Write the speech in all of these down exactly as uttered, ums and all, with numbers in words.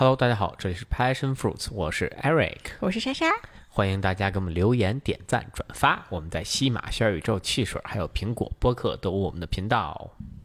Hello， 大家好，这里是 Passion Fruits， 我是 Eric， 我是莎莎， 欢迎大家给我们留言、点赞、转发。我们在西马、小宇宙、汽水还有苹果播客都有我们的频道。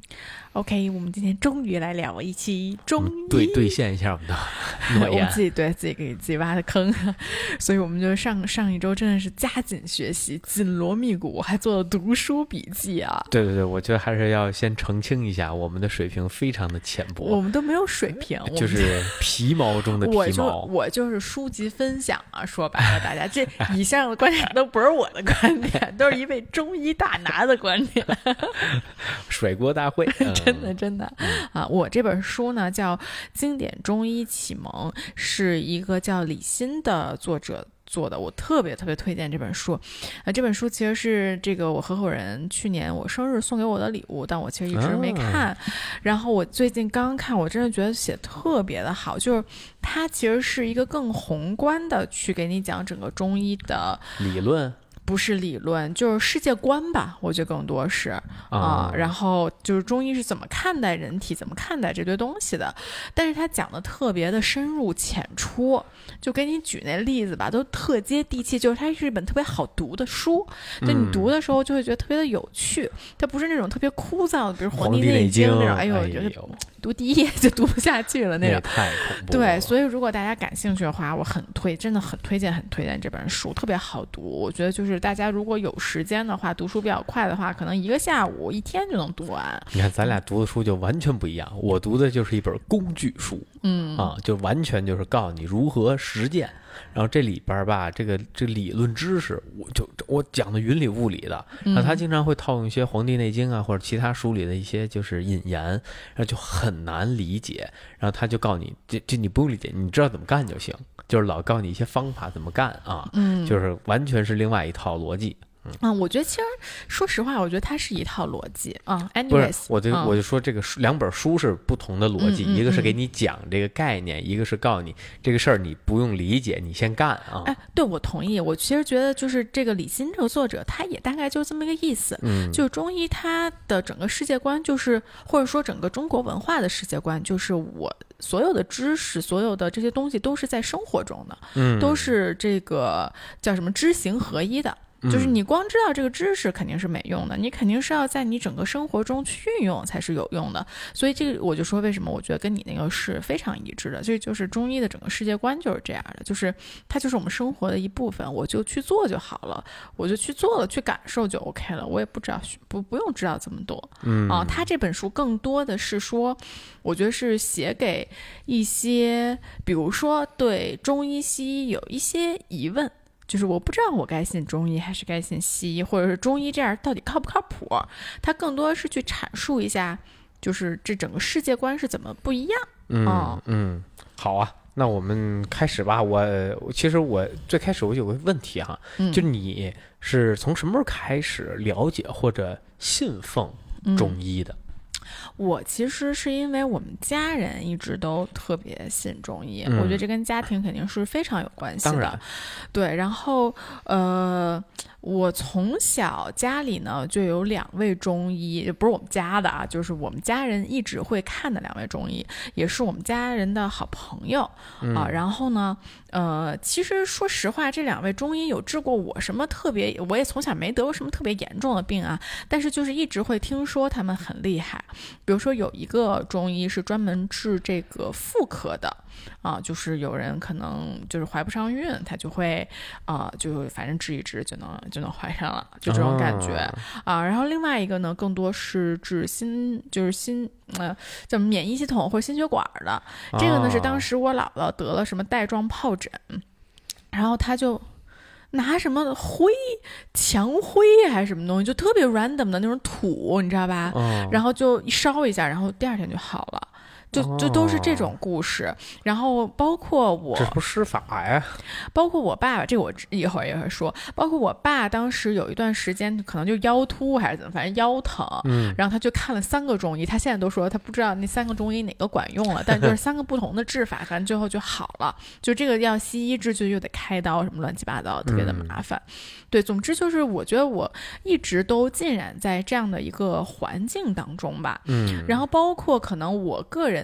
OK， 我们今天终于来聊一期中医， 对兑现一下我们的诺言， 我们自己对自己给自己挖的坑，所以我们就上上一周真的是加紧学习，紧锣密鼓，还做了读书笔记啊。 对对对，我觉得还是要先澄清一下，我们的水平非常的浅薄， 我们都没有水平， 就是皮毛中的皮毛。 我就我就是书籍分享啊，说白了，大家这以上的观点都不是我的观点，都是一位中医大拿的观点。 甩锅大会。嗯真的真的啊！我这本书呢叫《经典中医启蒙》，是一个叫李欣的作者做的，我特别特别推荐这本书。啊，这本书其实是这个我合伙人去年我生日送给我的礼物，但我其实一直没看。哦、然后我最近刚看，我真的觉得写特别的好，就是它其实是一个更宏观的去给你讲整个中医的理论。 不是理论，就是世界观吧，我觉得更多是啊、呃。然后就是中医是怎么看待人体，怎么看待这堆东西的。但是他讲的特别的深入浅出，就给你举那例子吧，都特接地气。就是它是一本特别好读的书，就你读的时候就会觉得特别的有趣。它不是那种特别枯燥的，比如《黄帝内经》那种，哎呦，就是读第一页就读不下去了那种， 太恐怖了。 对，所以如果大家感兴趣的话，我很推，真的很推荐，很推荐这本书，特别好读。我觉得就是大家如果有时间的话，读书比较快的话，可能一个下午、一天就能读完。 你看，咱俩读的书就完全不一样。我读的就是一本工具书，嗯啊，就完全就是告诉你如何实践。然后这里边吧，这个这个理论知识，我就我讲的云里雾里的。然后他经常会套用一些《黄帝内经》啊，或者其他书里的一些就是引言，然后就很难理解。然后他就告诉你，这这你不用理解，你知道怎么干就行。就是老告诉你一些方法怎么干啊，嗯，就是完全是另外一套逻辑。 嗯，嗯我觉得其实说实话，我觉得它是一套逻辑啊。anyways， 不是，我就、嗯、我就说这个书两本书是不同的逻辑、嗯嗯嗯，一个是给你讲这个概念，一个是告诉你这个事儿你不用理解，你先干啊。 哎，对，我同意。我其实觉得就是这个李欣这个作者，他也大概就是这么一个意思。嗯，就是中医它的整个世界观，就是或者说整个中国文化的世界观，就是我所有的知识，所有的这些东西都是在生活中的，嗯，都是这个叫什么知行合一的。就是你光知道这个知识肯定是没用的，你肯定是要在你整个生活中去运用才是有用的。所以这个我就说为什么我觉得跟你那个是非常一致的，这就是中医的整个世界观就是这样的，就是它就是我们生活的一部分，我就去做就好了，我就去做了，去感受就 OK 了，我也不知道不不用知道这么多。嗯啊，他这本书更多的是说，我觉得是写给一些比如说对中医西医有一些疑问，就是我不知道我该信中医还是该信西医，或者是中医这样到底靠不靠谱，它更多是去阐述一下就是这整个世界观是怎么不一样。 嗯、哦、嗯，好啊，那我们开始吧。我其实我最开始我有个问题哈、嗯，就你是从什么时候开始了解或者信奉中医的？嗯， 我其实是因为我们家人一直都特别信中医、嗯、我觉得这跟家庭肯定是非常有关系的。 当然， 对，然后呃我从小家里呢就有两位中医，不是我们家的啊，就是我们家人一直会看的两位中医，也是我们家人的好朋友、嗯、啊。然后呢呃其实说实话，这两位中医有治过我什么特别，我也从小没得过什么特别严重的病啊，但是就是一直会听说他们很厉害。比如说有一个中医是专门治这个妇科的啊，就是有人可能就是怀不上孕，他就会啊、呃，就反正治一治就能就能怀上了，就这种感觉、哦、啊。然后另外一个呢，更多是治心，就是心呃叫免疫系统或者心血管的。这个呢是当时我姥姥得了什么带状疱疹，然后他就拿什么灰墙灰还是什么东西，就特别 random 的那种土，你知道吧、哦、然后就一烧一下，然后第二天就好了。就就都是这种故事，然后包括我， 这不施法呀？ 包括我爸，这个我一会儿也会说。包括我爸当时有一段时间可能就腰突还是怎么，反正腰疼，嗯，然后他就看了三个中医，他现在都说他不知道那三个中医哪个管用了，但就是三个不同的治法，反正最后就好了。就这个要西医治就又得开刀什么乱七八糟，特别的麻烦。嗯、对，总之就是我觉得我一直都浸染在这样的一个环境当中吧，嗯，然后包括可能我个人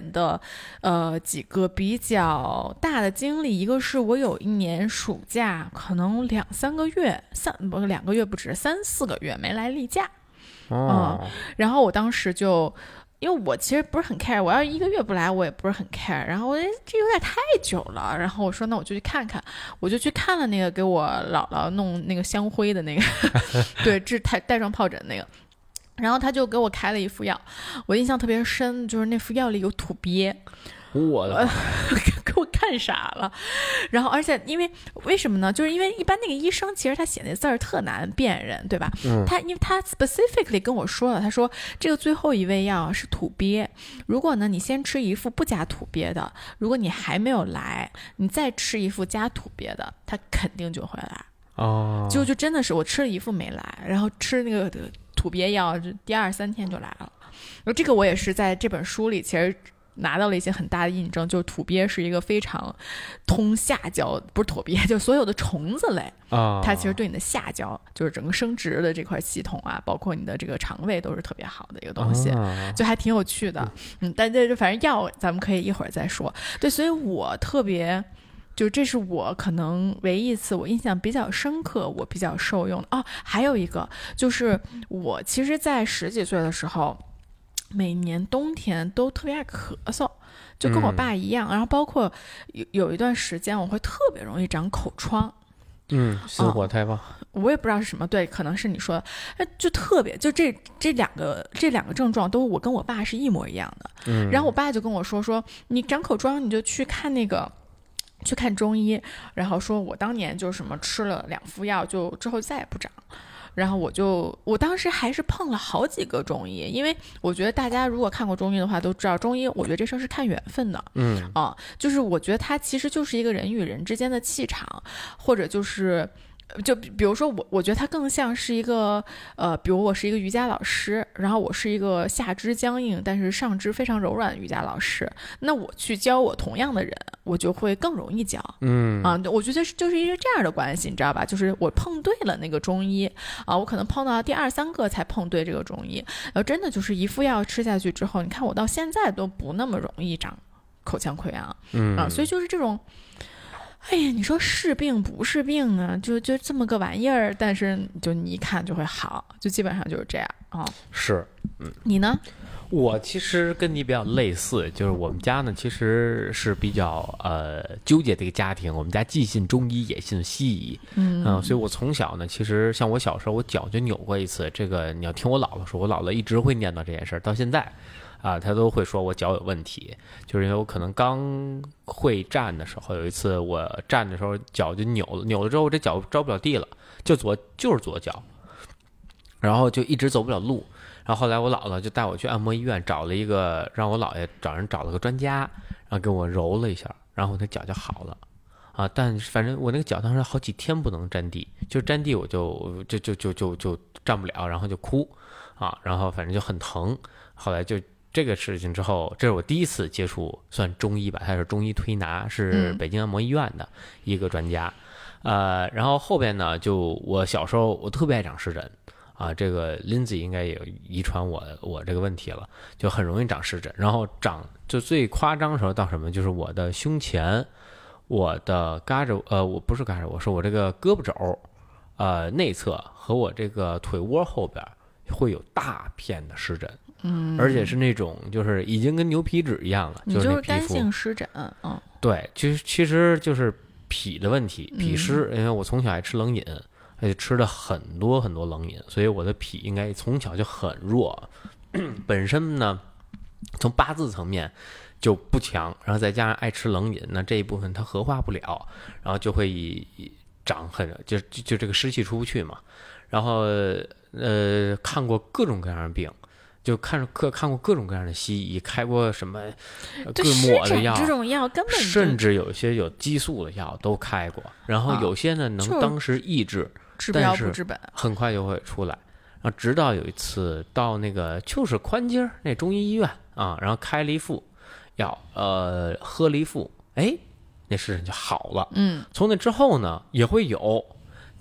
人的呃几个比较大的经历，一个是我有一年暑假可能两三个月，三不两个月不止，三四个月没来例假。 哦、 嗯，然后我当时就，因为我其实不是很 care， 我要一个月不来我也不是很 care， 然后我这有点太久了，然后我说那我就去看看，我就去看了那个给我姥姥弄那个香灰的那个对，治带带状疱疹那个，然后他就给我开了一副药，我印象特别深，就是那副药里有土鳖， 我的给我看傻了。然后而且因为为什么呢，就是因为一般那个医生其实他写那字儿特难辨认，对吧、嗯、他因为他 specifically 跟我说了，他说这个最后一味药是土鳖，如果呢你先吃一副不加土鳖的，如果你还没有来你再吃一副加土鳖的，他肯定就会来。 哦， 就就真的是我吃了一副没来，然后吃那个土鳖药第二三天就来了。然后这个我也是在这本书里其实拿到了一些很大的印证，就是土鳖是一个非常通下焦，不是土鳖，就所有的虫子类啊，它其实对你的下焦，就是整个生殖的这块系统啊，包括你的这个肠胃都是特别好的一个东西，啊、就还挺有趣的。嗯，但这反正药咱们可以一会儿再说。对，所以我特别。就这是我可能唯一一次我印象比较深刻，我比较受用的哦。还有一个就是我其实在十几岁的时候，每年冬天都特别爱咳嗽，就跟我爸一样、嗯、然后包括有有一段时间我会特别容易长口疮。 嗯，心火太旺、 哦，我也不知道是什么，对，可能是你说的，就特别就这这两个这两个症状都我跟我爸是一模一样的。嗯，然后我爸就跟我说说你长口疮你就去看那个。去看中医，然后说我当年就什么吃了两副药就之后再也不长，然后我就我当时还是碰了好几个中医，因为我觉得大家如果看过中医的话都知道，中医我觉得这事儿是看缘分的。嗯啊，就是我觉得它其实就是一个人与人之间的气场，或者就是就比如说我我觉得它更像是一个呃比如我是一个瑜伽老师，然后我是一个下肢僵硬但是上肢非常柔软的瑜伽老师，那我去教我同样的人我就会更容易教。嗯啊，我觉得就是一个这样的关系，你知道吧，就是我碰对了那个中医啊，我可能碰到第二三个才碰对这个中医，然后真的就是一副药吃下去之后，你看我到现在都不那么容易长口腔溃疡。嗯啊，所以就是这种哎呀，你说是病不是病啊？就就这么个玩意儿，但是就你一看就会好，就基本上就是这样啊、哦。 是，嗯， 你呢？ 我其实跟你比较类似，就是我们家呢其实是比较呃纠结的一个家庭，我们家既信中医也信西医，嗯、呃，所以我从小呢，其实像我小时候我脚就扭过一次，这个你要听我姥姥说，我姥姥一直会念叨这件事儿，到现在。啊，他都会说我脚有问题，就是因为我可能刚会站的时候，有一次我站的时候脚就扭了，扭了之后我这脚着不了地了，就左就是左脚，然后就一直走不了路。然后后来我姥姥就带我去按摩医院，找了一个让我姥爷找人找了个专家，然后给我揉了一下，然后我的脚就好了。啊，但反正我那个脚当时好几天不能沾地，就沾地我就就就就就就站不了，然后就哭啊，然后反正就很疼。后来就。这个事情之后，这是我第一次接触算中医吧，他是中医推拿，是北京按摩医院的一个专家。嗯、呃，然后后边呢，就我小时候我特别爱长湿疹啊，这个 Lindsay 应该也遗传我我这个问题了，就很容易长湿疹。然后长就最夸张的时候到什么，就是我的胸前、我的胳肢呃，我不是胳肢，我说我这个胳膊肘呃内侧和我这个腿窝后边会有大片的湿疹。嗯，而且是那种就是已经跟牛皮纸一样了， 你就是干性湿疹。嗯， 对，其实其实就是脾的问题，脾湿。嗯、因为我从小爱吃冷饮，而且吃了很多很多冷饮，所以我的脾应该从小就很弱。本身呢，从八字层面就不强，然后再加上爱吃冷饮，那这一部分它合化不了，然后就会以长很就就就这个湿气出不去嘛。然后呃，看过各种各样的病。就看看看过各种各样的西医，开过什么各抹的药， 这种药根本甚至有些有激素的药都开过。然后有些呢、啊、能当时抑制， 治标不治本， 很快就会出来。然后直到有一次到那个就是宽街那中医医院啊，然后开了一副药，呃，喝了一副，哎，那湿疹就好了。嗯，从那之后呢也会有。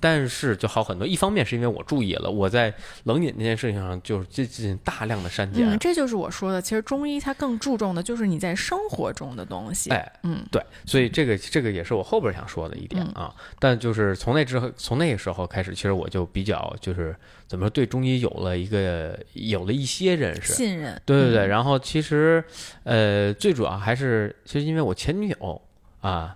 但是就好很多。一方面是因为我注意了，我在冷饮这件事情上就是进行大量的删减。 嗯，这就是我说的，其实中医它更注重的就是你在生活中的东西。 哎， 嗯， 对，所以这个这个也是我后边想说的一点啊。嗯、但就是从那之后，从那个时候开始，其实我就比较就是怎么说，对中医有了一个有了一些认识、 信任。 对对对，嗯、然后其实呃，最主要还是其实因为我前女友。啊，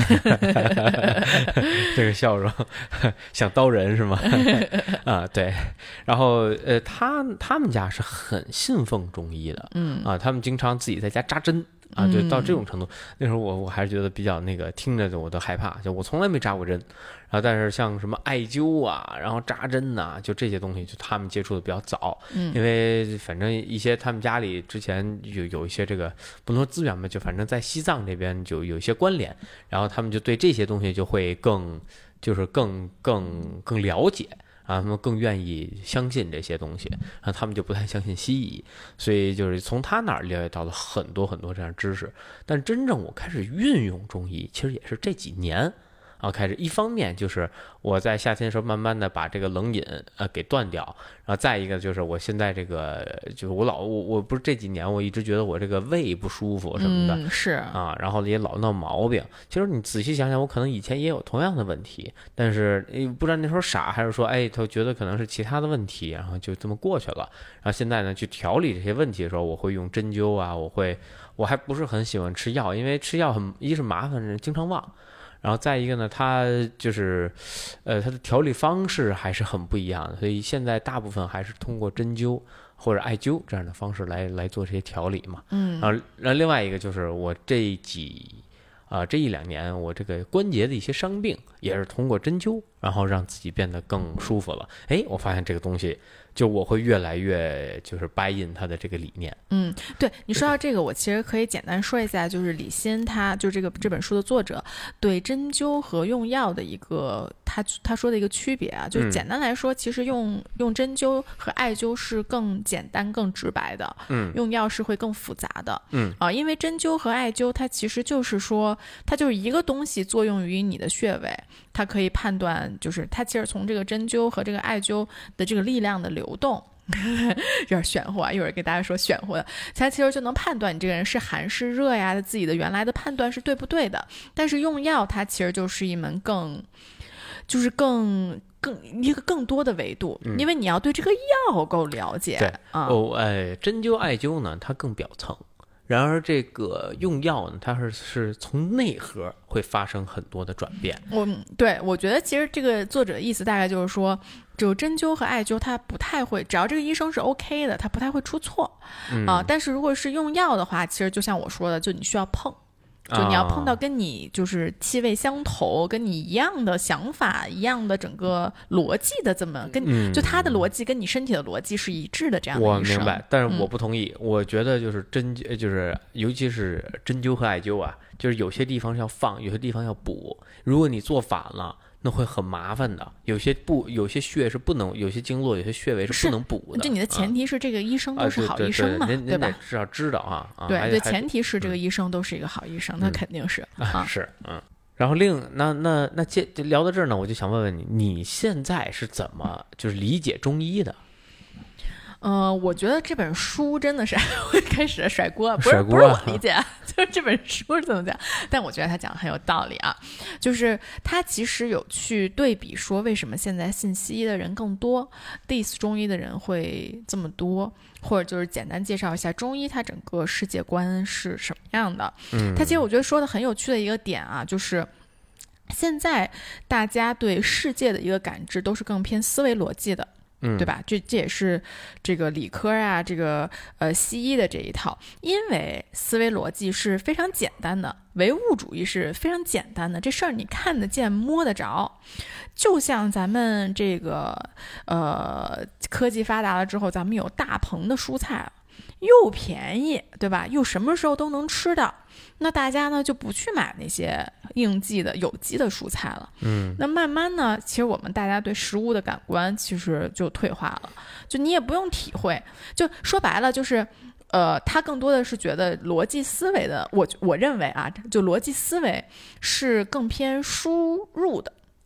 这个笑容想刀人是吗？啊，对，然后呃，他他们家是很信奉中医的，嗯啊，他们经常自己在家扎针啊，就到这种程度。嗯、那时候我我还是觉得比较那个，听着我都害怕，就我从来没扎过针。然后，但是像什么艾灸啊，然后扎针呐、啊，就这些东西，就他们接触的比较早，嗯，因为反正一些他们家里之前有有一些这个不能说资源吧，就反正在西藏这边就有一些关联，然后他们就对这些东西就会更就是更更更了解啊，他们更愿意相信这些东西，然后他们就不太相信西医，所以就是从他那儿了解到了很多很多这样知识。但真正我开始运用中医，其实也是这几年。然后开始，一方面就是我在夏天的时候，慢慢的把这个冷饮呃给断掉，然后再一个就是我现在这个就是我老我我不是这几年我一直觉得我这个胃不舒服什么的， 嗯、是啊，然后也老闹毛病。其实你仔细想想，我可能以前也有同样的问题，但是不知道那时候傻还是说哎，他觉得可能是其他的问题，然后就这么过去了。然后现在呢，去调理这些问题的时候，我会用针灸啊，我会我还不是很喜欢吃药，因为吃药很一是麻烦，人经常忘。然后再一个呢，它就是，呃，它的调理方式还是很不一样的，所以现在大部分还是通过针灸或者艾灸这样的方式来来做这些调理嘛。嗯。然后，然后另外一个就是我这几啊、呃、这一两年我这个关节的一些伤病也是通过针灸，然后让自己变得更舒服了。哎，我发现这个东西。就我会越来越就是 buy in 他的这个理念。 嗯，对，你说到这个，我其实可以简单说一下，就是李欣他就这个这本书的作者对针灸和用药的一个他他说的一个区别啊，就简单来说，嗯、其实用用针灸和艾灸是更简单、更直白的，嗯，用药是会更复杂的，嗯啊，因为针灸和艾灸它其实就是说，它就是一个东西作用于你的穴位。它可以判断，就是它其实从这个针灸和这个艾灸的这个力量的流动，有点玄乎啊，一会儿给大家说玄乎的，它其实就能判断你这个人是寒是热呀，他自己的原来的判断是对不对的。但是用药它其实就是一门更，就是更更一个更多的维度，嗯、因为你要对这个药够了解。 对， 啊、 哦，哎，针灸艾灸呢，它更表层。然而，这个用药呢，它是是从内核会发生很多的转变。 我对我觉得，其实这个作者的意思大概就是说，就针灸和艾灸，它不太会，只要这个医生是 OK 的，它不太会出错、嗯、啊。但是如果是用药的话，其实就像我说的，就你需要碰。就你要碰到跟你就是气味相投、跟你一样的想法、一样的整个逻辑的这么跟、嗯、就他的逻辑跟你身体的逻辑是一致的这样的我明白，但是我不同意。嗯、我觉得就是针就是尤其是针灸和艾灸啊，就是有些地方要放，有些地方要补。如果你做反了。那会很麻烦的，有些不，有些穴是不能，有些经络，有些穴位是不能补的。 这你的前提是这个医生都是好医生嘛， 啊、对, 对, 对, 对吧？ 至少知道啊。啊对对，前提是这个医生都是一个好医生，嗯、那肯定是、 嗯、啊。是嗯。然后另那那那接聊到这儿呢，我就想问问你，你现在是怎么就是理解中医的？ 呃，我觉得这本书真的是会开始甩锅，不是甩锅、啊、 不是我理解，就是这本书是怎么讲，但我觉得他讲的很有道理啊。就是他其实有去对比说，为什么现在信西医的人更多 ，diss 中医的人会这么多，或者就是简单介绍一下中医它整个世界观是什么样的。嗯，他其实我觉得说的很有趣的一个点啊，就是现在大家对世界的一个感知都是更偏思维逻辑的。对吧？这这也是这个理科啊，这个呃西医的这一套，因为思维逻辑是非常简单的，唯物主义是非常简单的，这事儿你看得见摸得着，就像咱们这个呃科技发达了之后，咱们有大棚的蔬菜了，又便宜，对吧？又什么时候都能吃到。那大家呢就不去买那些应季的有机的蔬菜了，嗯，那慢慢呢，其实我们大家对食物的感官其实就退化了，就你也不用体会，就说白了就是，呃，他更多的是觉得逻辑思维的，我我认为啊，就逻辑思维是更偏输入的。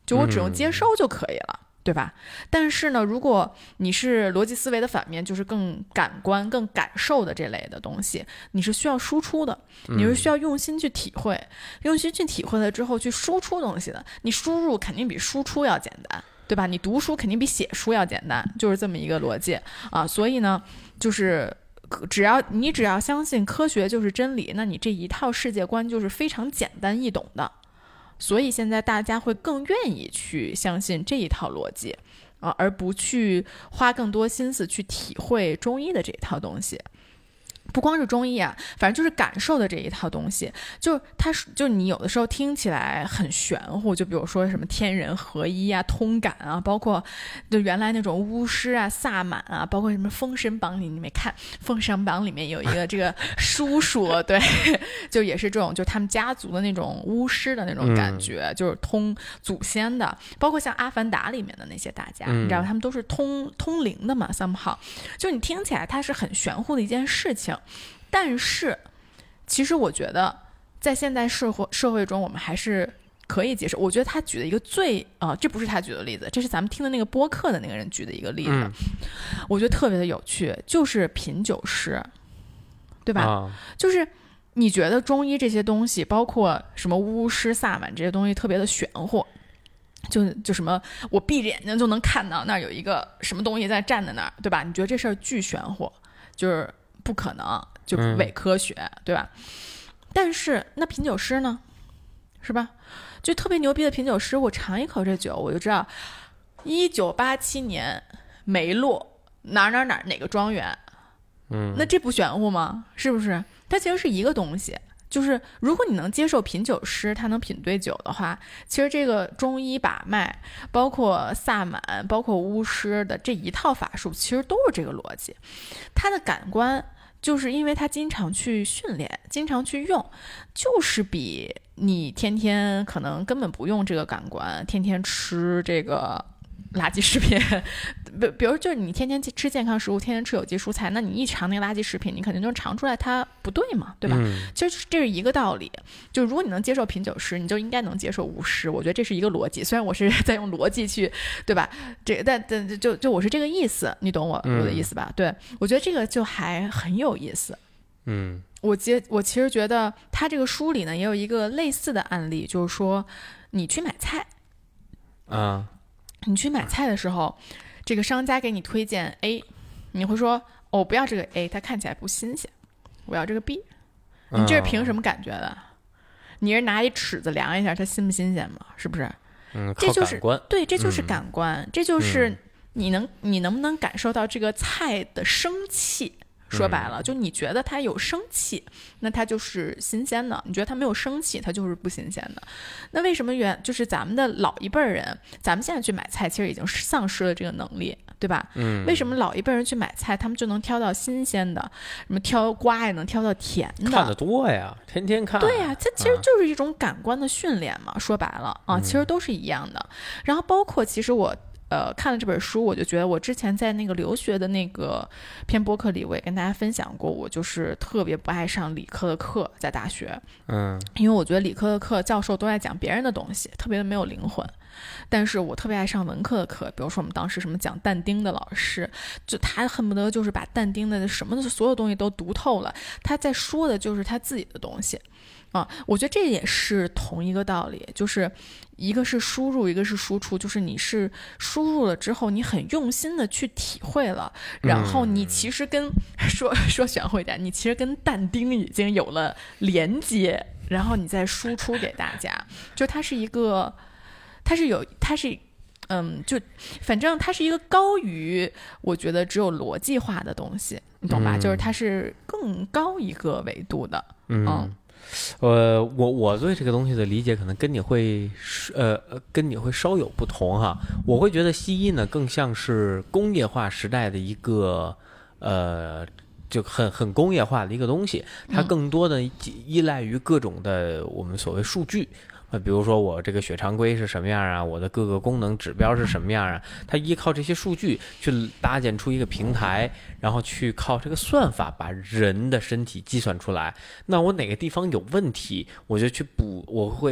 就我只用接收就可以了。嗯，对吧？但是呢，如果你是逻辑思维的反面，就是更感官、更感受的这类的东西，你是需要输出的，你是需要用心去体会，嗯、用心去体会了之后去输出东西的。你输入肯定比输出要简单，对吧？你读书肯定比写书要简单，就是这么一个逻辑啊。所以呢，就是只要你只要相信科学就是真理，那你这一套世界观就是非常简单易懂的。所以现在大家会更愿意去相信这一套逻辑啊，而不去花更多心思去体会中医的这一套东西。不光是中医啊，反正就是感受的这一套东西，就它是就你有的时候听起来很玄乎，就比如说什么天人合一啊、通感啊，包括就原来那种巫师啊、萨满啊，包括什么《封神榜》里，你没看《封神榜》里面有一个这个叔叔，对，就也是这种就他们家族的那种巫师的那种感觉，嗯、就是通祖先的，包括像《阿凡达》里面的那些大家，嗯、你知道他们都是通通灵的嘛 ，somehow， 就你听起来它是很玄乎的一件事情。但是其实我觉得在现代社会社会中我们还是可以接受。我觉得他举的一个最啊、呃，这不是他举的例子，这是咱们听的那个播客的那个人举的一个例子、嗯、我觉得特别的有趣，就是品酒师，对吧、啊、就是你觉得中医这些东西包括什么巫师萨满这些东西特别的玄乎，就就什么我闭着眼睛就能看到那儿有一个什么东西在站在那儿，对吧？你觉得这事儿巨玄乎，就是不可能，就伪科学、嗯、对吧？但是那品酒师呢，是吧？就特别牛逼的品酒师，我尝一口这酒我就知道一九八七年梅洛哪哪哪哪个庄园，嗯，那这不玄乎吗？是不是？它其实是一个东西，就是如果你能接受品酒师他能品对酒的话，其实这个中医把脉包括萨满包括巫师的这一套法术其实都是这个逻辑。他的感官就是因为他经常去训练经常去用，就是比你天天可能根本不用这个感官天天吃这个垃圾食品，比如就是你天天吃健康食物天天吃有机蔬菜，那你一尝那个垃圾食品你肯定就尝出来它不对嘛，对吧、嗯、其实这是一个道理。就如果你能接受品酒师，你就应该能接受巫师，我觉得这是一个逻辑，虽然我是在用逻辑去对吧，这个但但就就我是这个意思，你懂我我的意思吧、嗯、对，我觉得这个就还很有意思。嗯，我接我其实觉得他这个书里呢也有一个类似的案例，就是说你去买菜啊，你去买菜的时候，这个商家给你推荐 A， 你会说哦不要这个 A， 它看起来不新鲜，我要这个 B。 你这是凭什么感觉的、嗯、你是拿一尺子量一下它新不新鲜吗？是不是？ 嗯， 这就是靠感官， 对，这就是感官、嗯、这就是你能你能不能感受到这个菜的生气。说白了，就你觉得它有生气，那它就是新鲜的；你觉得它没有生气，它就是不新鲜的。那为什么原就是咱们的老一辈人，咱们现在去买菜，其实已经丧失了这个能力，对吧？嗯。为什么老一辈人去买菜，他们就能挑到新鲜的，什么挑瓜也能挑到甜的？ 看得多呀，天天看。 对呀，它其实就是一种感官的训练嘛。啊、说白了啊，其实都是一样的。然后包括其实我。呃，看了这本书，我就觉得我之前在那个留学的那个篇播客里，我也跟大家分享过，我就是特别不爱上理科的课，在大学，嗯，因为我觉得理科的课教授都在讲别人的东西，特别的没有灵魂。但是我特别爱上文科的课，比如说我们当时什么讲但丁的老师，就他恨不得就是把但丁的什么所有东西都读透了，他在说的就是他自己的东西。啊，我觉得这也是同一个道理，就是一个是输入，一个是输出，就是你是输入了之后，你很用心的去体会了，然后你其实跟、嗯、说说玄乎一点，你其实跟但丁已经有了连接，然后你再输出给大家，就它是一个，它是有，它是。嗯，就反正它是一个高于我觉得只有逻辑化的东西，你懂吧？嗯、就是它是更高一个维度的。嗯，嗯呃，我我对这个东西的理解可能跟你会呃跟你会稍有不同哈。我会觉得西医呢更像是工业化时代的一个呃就很很工业化的一个东西，它更多的依赖于各种的我们所谓数据。呃，比如说我这个血常规是什么样啊，我的各个功能指标是什么样啊，它依靠这些数据去搭建出一个平台，然后去靠这个算法把人的身体计算出来。那我哪个地方有问题，我就去补，我会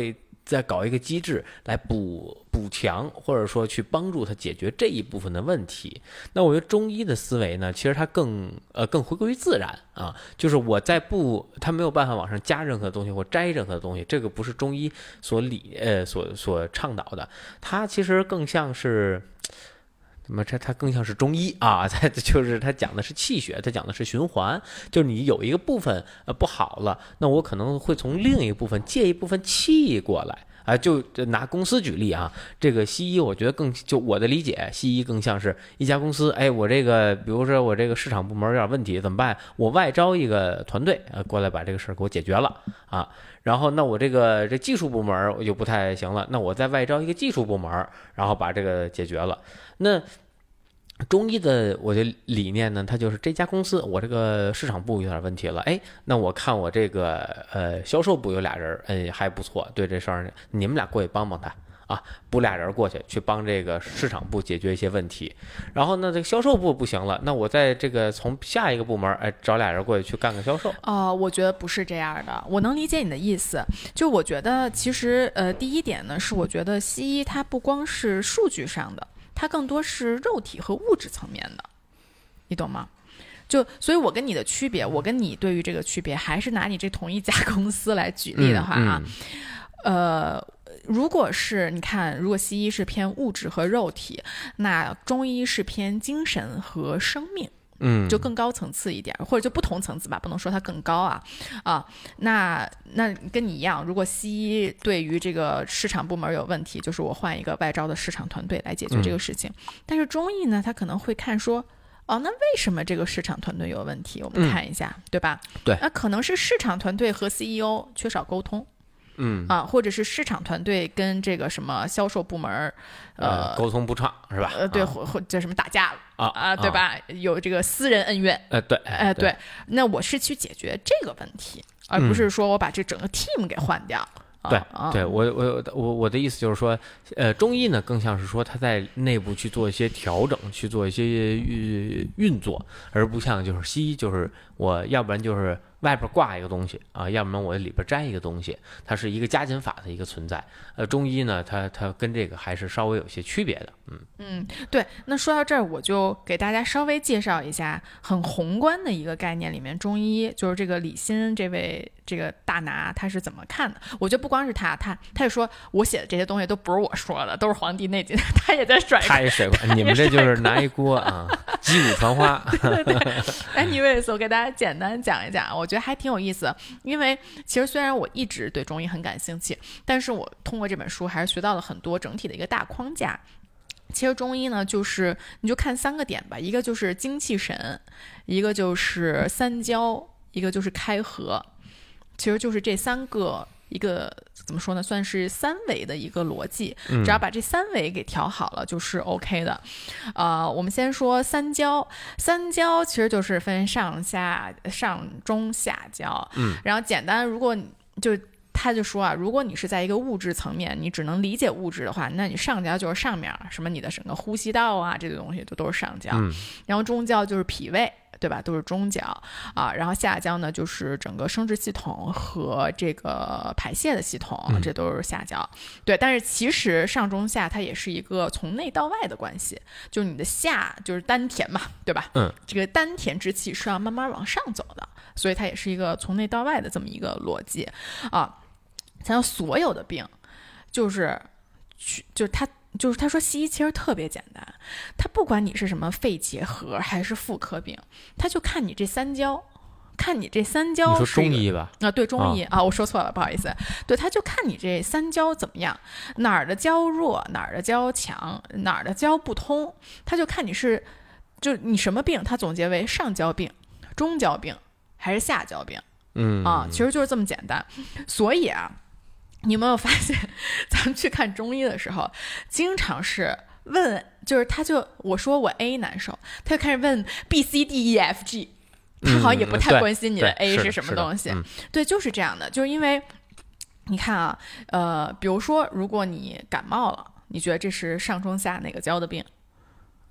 再搞一个机制来补补强，或者说去帮助他解决这一部分的问题。那我觉得中医的思维呢，其实它更呃更回归于自然啊，就是我在不，它没有办法往上加任何东西或摘任何东西，这个不是中医所理呃所所倡导的，它其实更像是。那么它它更像是中医啊，它就是它讲的是气血，它讲的是循环，就是你有一个部分呃不好了，那我可能会从另一部分借一部分气过来。啊，就拿公司举例啊，这个西医我觉得更就我的理解，西医更像是一家公司，哎，我这个比如说我这个市场部门有点问题怎么办？我外招一个团队啊过来把这个事儿给我解决了啊，然后那我这个这技术部门我就不太行了，那我再外招一个技术部门，然后把这个解决了。那中医的我的理念呢，它就是这家公司我这个市场部有点问题了，哎，那我看我这个呃销售部有俩人，哎还不错，对这事儿你们俩过去帮帮他啊，补俩人过去去帮这个市场部解决一些问题。然后呢，这个销售部不行了，那我在这个从下一个部门哎找俩人过去去干个销售。 哦、呃，我觉得不是这样的，我能理解你的意思。就我觉得其实呃第一点呢，是我觉得西医它不光是数据上的。它更多是肉体和物质层面的，你懂吗？就所以，我跟你的区别，我跟你对于这个区别，还是拿你这同一家公司来举例的话啊，嗯嗯、呃，如果是你看，如果西医是偏物质和肉体，那中医是偏精神和生命。 嗯， 就更高层次一点，或者就不同层次吧，不能说它更高啊啊。那那跟你一样，如果西医对于这个市场部门有问题，就是我换一个外招的市场团队来解决这个事情。嗯、但是中医呢，他可能会看说，哦，那为什么这个市场团队有问题？我们看一下，嗯、对吧？ 对， 那可能是市场团队和 C E O 缺少沟通。 嗯啊，或者是市场团队跟这个什么销售部门，呃， 沟通不畅是吧？ 呃，对，或或叫什么打架了啊啊，对吧？有这个私人恩怨， 呃，对， 哎，对，那我是去解决这个问题，而不是说我把这整个 team 给换掉。 对，对我我我我的意思就是说，呃，中医呢更像是说他在内部去做一些调整，去做一些运运作，而不像就是西医，就是我要不然就是外边挂一个东西啊，要不然我里边摘一个东西，它是一个加减法的一个存在。呃，中医呢，它它跟这个还是稍微有些区别的。嗯嗯，对。那说到这儿，我就给大家稍微介绍一下很宏观的一个概念里面，中医就是这个李欣这位这个大拿他是怎么看的？我觉得不光是他，他他也说我写的这些东西都不是我说的，都是《黄帝内经》，他也在甩锅， 他也甩锅，你们这就是拿一锅啊，击鼓传花。 对对对。anyways， 我给大家简单讲一讲，我觉得还挺有意思。因为其实虽然我一直对中医很感兴趣，但是我通过这本书还是学到了很多整体的一个大框架。其实中医呢，就是你就看三个点吧，一个就是精气神，一个就是三焦，一个就是开合。其实就是这三个一个怎么说呢，算是三维的一个逻辑，只要把这三维给调好了就是 OK 的。呃，我们先说三焦，三焦其实就是分上下上中下焦， 嗯， 然后简单，如果你就他就说啊，如果你是在一个物质层面，你只能理解物质的话，那你上焦就是上面，什么你的整个呼吸道啊，这个东西就都是上焦， 嗯， 然后中焦就是脾胃，对吧？都是中焦啊，然后下焦呢就是整个生殖系统和这个排泄的系统，这都是下焦。对，但是其实上中下它也是一个从内到外的关系，就是你的下就是丹田嘛，对吧？ 嗯，这个丹田之气是要慢慢往上走的，所以它也是一个从内到外的这么一个逻辑啊。像所有的病，就是就是他。就是他说西医其实特别简单，他不管你是什么肺结核还是妇科病，他就看你这三焦，看你这三焦。 你说中医吧？ 啊，对，中医 啊, 啊，我说错了，不好意思。对，他就看你这三焦怎么样，哪儿的焦弱，哪儿的焦强，哪儿的焦不通，他就看你是，就你什么病，他总结为上焦病、中焦病还是下焦病。 嗯啊，其实就是这么简单。所以啊。你有没有发现，咱们去看中医的时候，经常是问，就是他就我说我 A 难受，他就开始问 B C D E F G， 他好像也不太关心你的 A 是什么东西。 嗯、 对，就是这样的，就是因为你看啊，呃，比如说如果你感冒了，你觉得这是上中下哪个焦的病？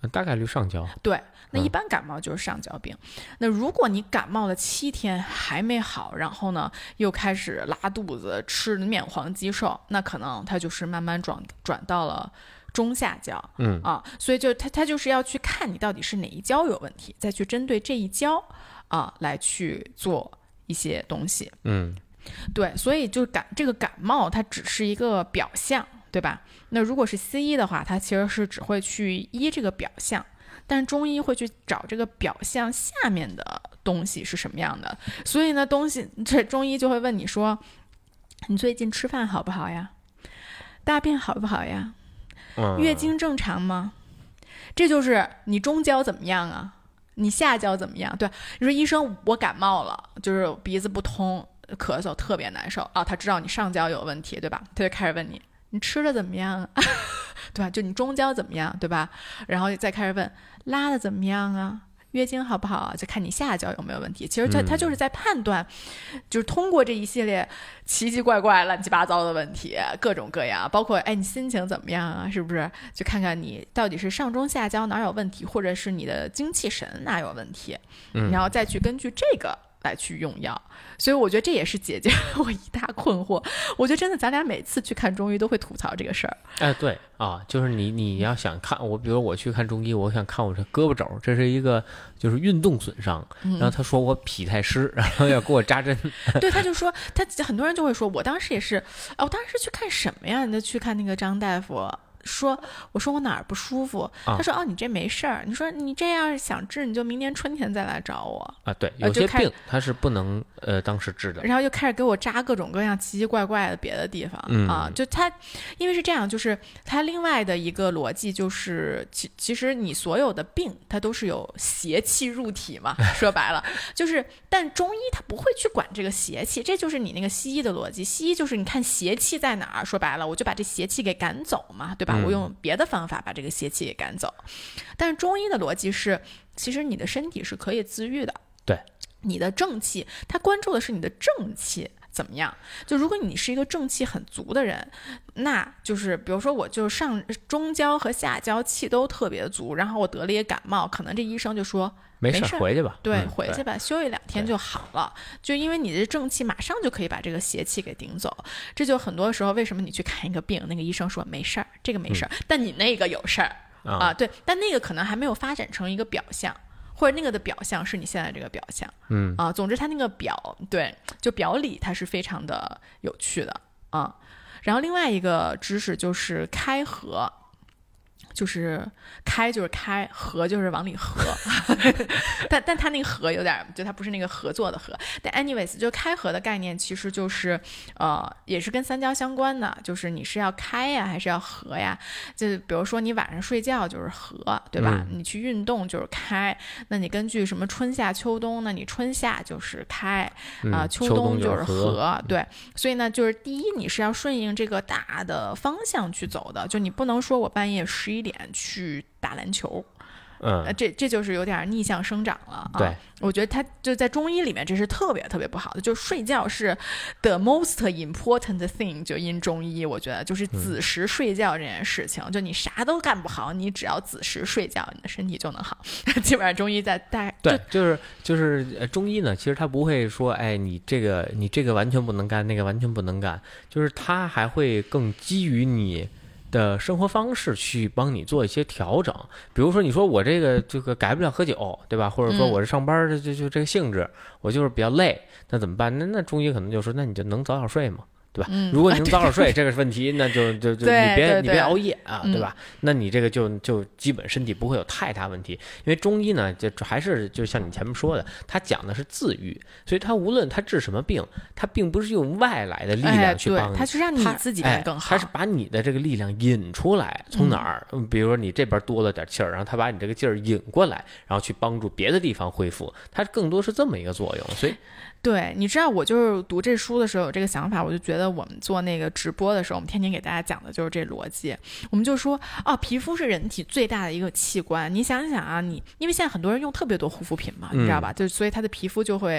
大概率上焦。 对，那一般感冒就是上焦病。嗯、那如果你感冒了七天还没好，然后呢又开始拉肚子、吃面黄肌瘦，那可能它就是慢慢转转到了中下焦。 嗯啊，所以就它它就是要去看你到底是哪一焦有问题，再去针对这一焦啊来去做一些东西。 嗯， 对，所以就感这个感冒它只是一个表象。对吧？那如果是西医的话，它其实是只会去医这个表象，但中医会去找这个表象下面的东西是什么样的。所以呢，东西这中医就会问你说，你最近吃饭好不好呀？大便好不好呀？月经正常吗？这就是你中焦怎么样啊？你下焦怎么样？对，你说医生我感冒了，就是鼻子不通，咳嗽特别难受啊，他知道你上焦有问题，对吧？他就开始问你。你吃的怎么样啊？对吧？就你中焦怎么样，对吧？然后再开始问拉的怎么样啊？月经好不好啊？就看你下焦有没有问题。其实他他就是在判断，就是通过这一系列奇奇怪怪、乱七八糟的问题，各种各样，包括哎你心情怎么样啊？是不是？就看看你到底是上中下焦哪有问题，或者是你的精气神哪有问题，然后再去根据这个来去用药。所以我觉得这也是解决我一大困惑。我觉得真的咱俩每次去看中医都会吐槽这个事儿。 哎，对啊，就是你你要想看我，比如我去看中医，我想看我这胳膊肘，这是一个就是运动损伤，嗯、然后他说我脾太湿，然后要给我扎针。 对，他就说他很多人就会说，我当时也是，哦，我当时去看什么呀？你就去看那个张大夫。说我说我哪儿不舒服、啊、他说哦你这没事儿，你说你这样想治你就明年春天再来找我啊。对，有些病它是不能呃当时治的， 然后又开始给我扎各种各样奇奇怪怪的别的地方、嗯、啊，就他因为是这样，就是他另外的一个逻辑就是其其实你所有的病它都是有邪气入体嘛，说白了就是但中医它不会去管这个邪气，这就是你那个西医的逻辑，西医就是你看邪气在哪儿，说白了我就把这邪气给赶走嘛，对吧、嗯，我用别的方法把这个邪气给赶走。但是中医的逻辑是其实你的身体是可以自愈的， 对， 你的正气他关注的是你的正气怎么样，就如果你是一个正气很足的人，那就是比如说我就上中焦和下焦气都特别足，然后我得了一个感冒，可能这医生就说没事回去吧， 对、 嗯、 回去吧，休息两天就好了，就因为你的正气马上就可以把这个邪气给顶走。这就很多时候为什么你去看一个病，那个医生说没事儿，这个没事儿、嗯、但你那个有事儿啊，对，但那个可能还没有发展成一个表象，或者那个的表象是你现在这个表象， 嗯啊，总之它那个表对，就表里它是非常的有趣的啊。然后另外一个知识就是开合，就是开就是开，合就是往里合，但但它那个合有点，就它不是那个合作的合。但 anyways， 就开合的概念其实就是呃，也是跟三焦相关的，就是你是要开呀还是要合呀？就比如说你晚上睡觉就是合，对吧？嗯、你去运动就是开。那你根据什么春夏秋冬呢？你春夏就是开啊、呃嗯， 秋冬就是合， 合对。所以呢，就是第一你是要顺应这个大的方向去走的，就你不能说我半夜十一点去打篮球， 嗯， 呃、这这就是有点逆向生长了啊。 对， 我觉得它就在中医里面这是特别特别不好的，就是睡觉是 the most important thing， 就in 中医我觉得就是子时睡觉这件事情、嗯、就你啥都干不好，你只要子时睡觉你的身体就能好。基本上中医在大对，就是就是中医呢，其实他不会说哎你这个你这个完全不能干，那个完全不能干，就是他还会更基于你的生活方式去帮你做一些调整。比如说你说我这个这个改不了喝酒，对吧？或者说我是上班就就就这个性质、嗯、我就是比较累，那怎么办？那那中医可能就说那你就能早点睡嘛，对吧、嗯、如果你能早点睡、啊、这个问题那就就就你别你别熬夜啊，对吧、嗯、那你这个就就基本身体不会有太大问题。因为中医呢就还是就像你前面说的，他讲的是自愈，所以他无论他治什么病，他并不是用外来的力量去帮你、哎、 他是让你自己变更好、 哎、他是把你的这个力量引出来，从哪儿、嗯、比如说你这边多了点气儿，然后他把你这个劲儿引过来，然后去帮助别的地方恢复，它更多是这么一个作用。所以对，你知道我就是读这书的时候有这个想法，我就觉得我们做那个直播的时候，我们天天给大家讲的就是这逻辑。我们就说哦，皮肤是人体最大的一个器官，你想想啊，你因为现在很多人用特别多护肤品嘛，你知道吧？就所以他的皮肤就会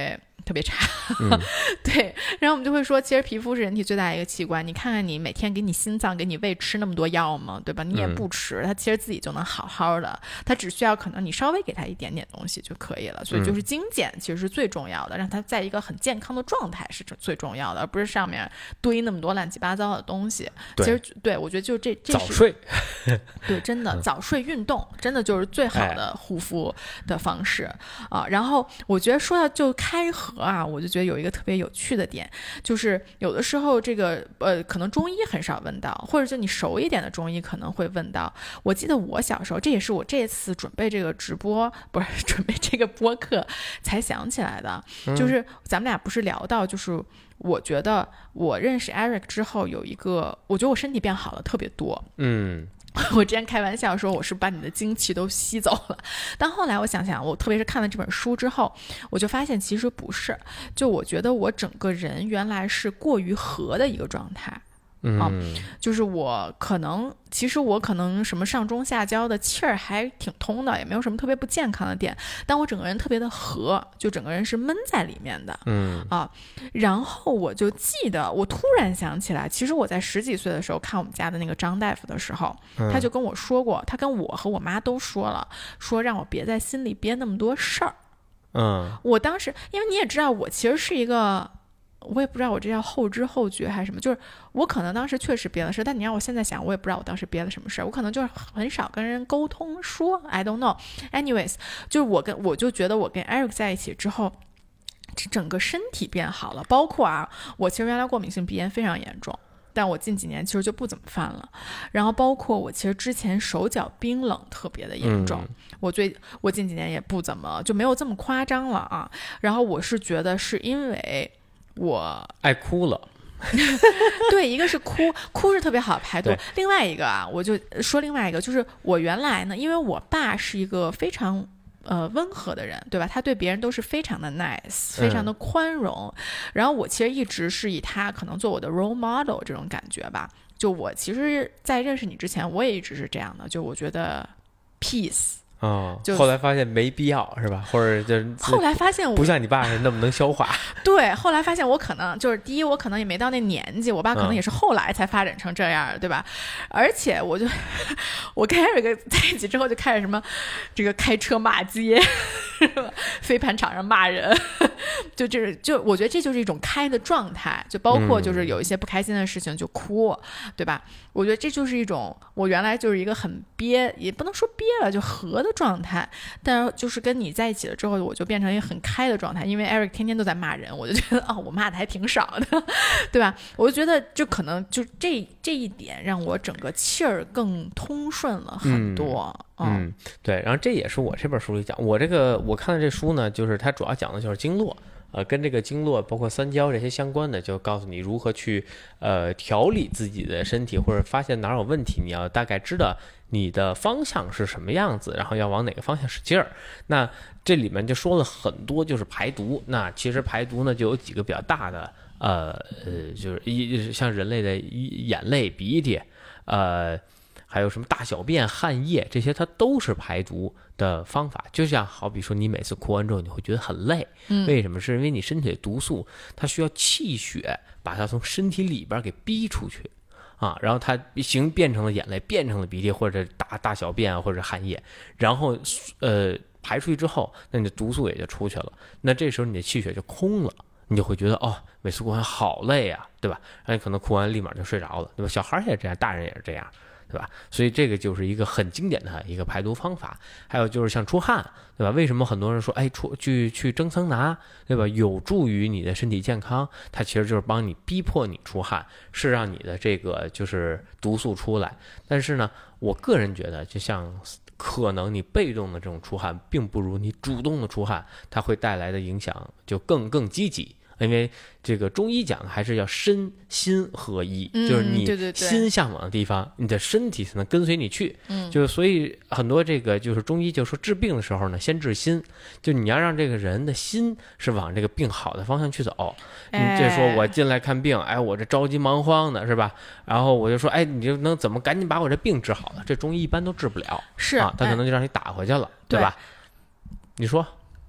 特别差。 嗯、 对，然后我们就会说，其实皮肤是人体最大的一个器官，你看看你每天给你心脏给你胃吃那么多药吗？对吧？你也不吃，它其实自己就能好好的，它只需要可能你稍微给它一点点东西就可以了。所以就是精简其实是最重要的，让它在一个很健康的状态是最重要的，而不是上面堆那么多乱七八糟的东西。其实对，我觉得就这这是早睡， 对，真的早睡运动真的就是最好的护肤的方式、哎、啊。然后我觉得说到就开合啊，我就觉得有一个特别有趣的点，就是有的时候这个呃，可能中医很少问到，或者就你熟一点的中医可能会问到。我记得我小时候，这也是我这次准备这个直播不是准备这个播客才想起来的、嗯、就是咱们俩不是聊到，就是我觉得我认识 Eric 之后有一个，我觉得我身体变好了特别多。 嗯， 我之前开玩笑说我是把你的精气都吸走了，但后来我想想，我特别是看了这本书之后，我就发现其实不是，就我觉得我整个人原来是过于和的一个状态。 嗯、 啊，就是我可能，其实我可能什么上中下焦的气儿还挺通的，也没有什么特别不健康的点，但我整个人特别的和，就整个人是闷在里面的。 嗯啊，然后我就记得，我突然想起来，其实我在十几岁的时候看我们家的那个张大夫的时候， 嗯、 他就跟我说过，他跟我和我妈都说了，说让我别在心里憋那么多事儿。 嗯， 我当时，因为你也知道，我其实是一个。我也不知道我这叫后知后觉还是什么，就是我可能当时确实憋了事，但你让我现在想，我也不知道我当时憋了什么事，我可能就是很少跟人沟通说 I don't know anyways， 就是我跟我就觉得我跟 Eric 在一起之后，整个身体变好了，包括啊，我其实原来过敏性鼻炎非常严重，但我近几年其实就不怎么犯了，然后包括我其实之前手脚冰冷特别的严重、嗯、我最我近几年也不怎么就没有这么夸张了啊，然后我是觉得是因为我爱哭了对，一个是哭哭是特别好排毒，另外一个啊，我就说另外一个，就是我原来呢，因为我爸是一个非常呃温和的人，对吧？他对别人都是非常的 nice， 非常的宽容、嗯、然后我其实一直是以他可能做我的 role model 这种感觉吧，就我其实在认识你之前我也一直是这样的，就我觉得 peace 哦，后来发现没必要是吧？或者就是后来发现我不像你爸是那么能消化。 对，后来发现我可能就是第一，我可能也没到那年纪，我爸可能也是后来才发展成这样的，嗯、对吧？而且我就我跟 Eric 在一起之后就开始什么这个开车骂街，飞盘场上骂人，就这就我觉得这就是一种开的状态，就包括就是有一些不开心的事情就哭，嗯、对吧？我觉得这就是一种我原来就是一个很憋，也不能说憋了，就和的状态，但是就是跟你在一起了之后，我就变成一个很开的状态，因为 Eric 天天都在骂人，我就觉得哦，我骂的还挺少的，对吧？我就觉得就可能就这这一点让我整个气儿更通顺了很多。 嗯，嗯对，然后这也是我这本书里讲，我这个我看的这书呢，就是它主要讲的就是经络。呃，跟这个经络包括三焦这些相关的，就告诉你如何去呃调理自己的身体，或者发现哪有问题，你要大概知道你的方向是什么样子，然后要往哪个方向使劲儿。那这里面就说了很多，就是排毒。那其实排毒呢，就有几个比较大的，呃呃，就是一像人类的眼泪、鼻涕，呃。还有什么大小便、汗液，这些它都是排毒的方法。就像好比说，你每次哭完之后，你会觉得很累， 嗯、 为什么？是因为你身体的毒素，它需要气血把它从身体里边给逼出去啊，然后它形变成了眼泪，变成了鼻涕或者大大小便或者汗液，然后呃排出去之后，那你的毒素也就出去了。那这时候你的气血就空了。你就会觉得哦，每次哭完好累啊，对吧？然后你可能哭完立马就睡着了，对吧？小孩也这样，大人也是这样。对吧？所以这个就是一个很经典的一个排毒方法。还有就是像出汗，对吧？为什么很多人说，哎，出去去蒸桑拿，对吧？有助于你的身体健康，它其实就是帮你逼迫你出汗，是让你的这个就是毒素出来。但是呢，我个人觉得，就像可能你被动的这种出汗，并不如你主动的出汗，它会带来的影响就更更积极。因为这个中医讲的还是要身心合一， 嗯、 就是你对对对心向往的地方，你的身体才能跟随你去。 嗯， 就是所以很多这个就是中医就说治病的时候呢，先治心，就你要让这个人的心是往这个病好的方向去走。你这说我进来看病，哎，我这着急忙慌的是吧？然后我就说，哎，你就能怎么赶紧把我这病治好了？这中医一般都治不了， 是啊，他可能就让你打回去了， 哎、 对吧？对你说。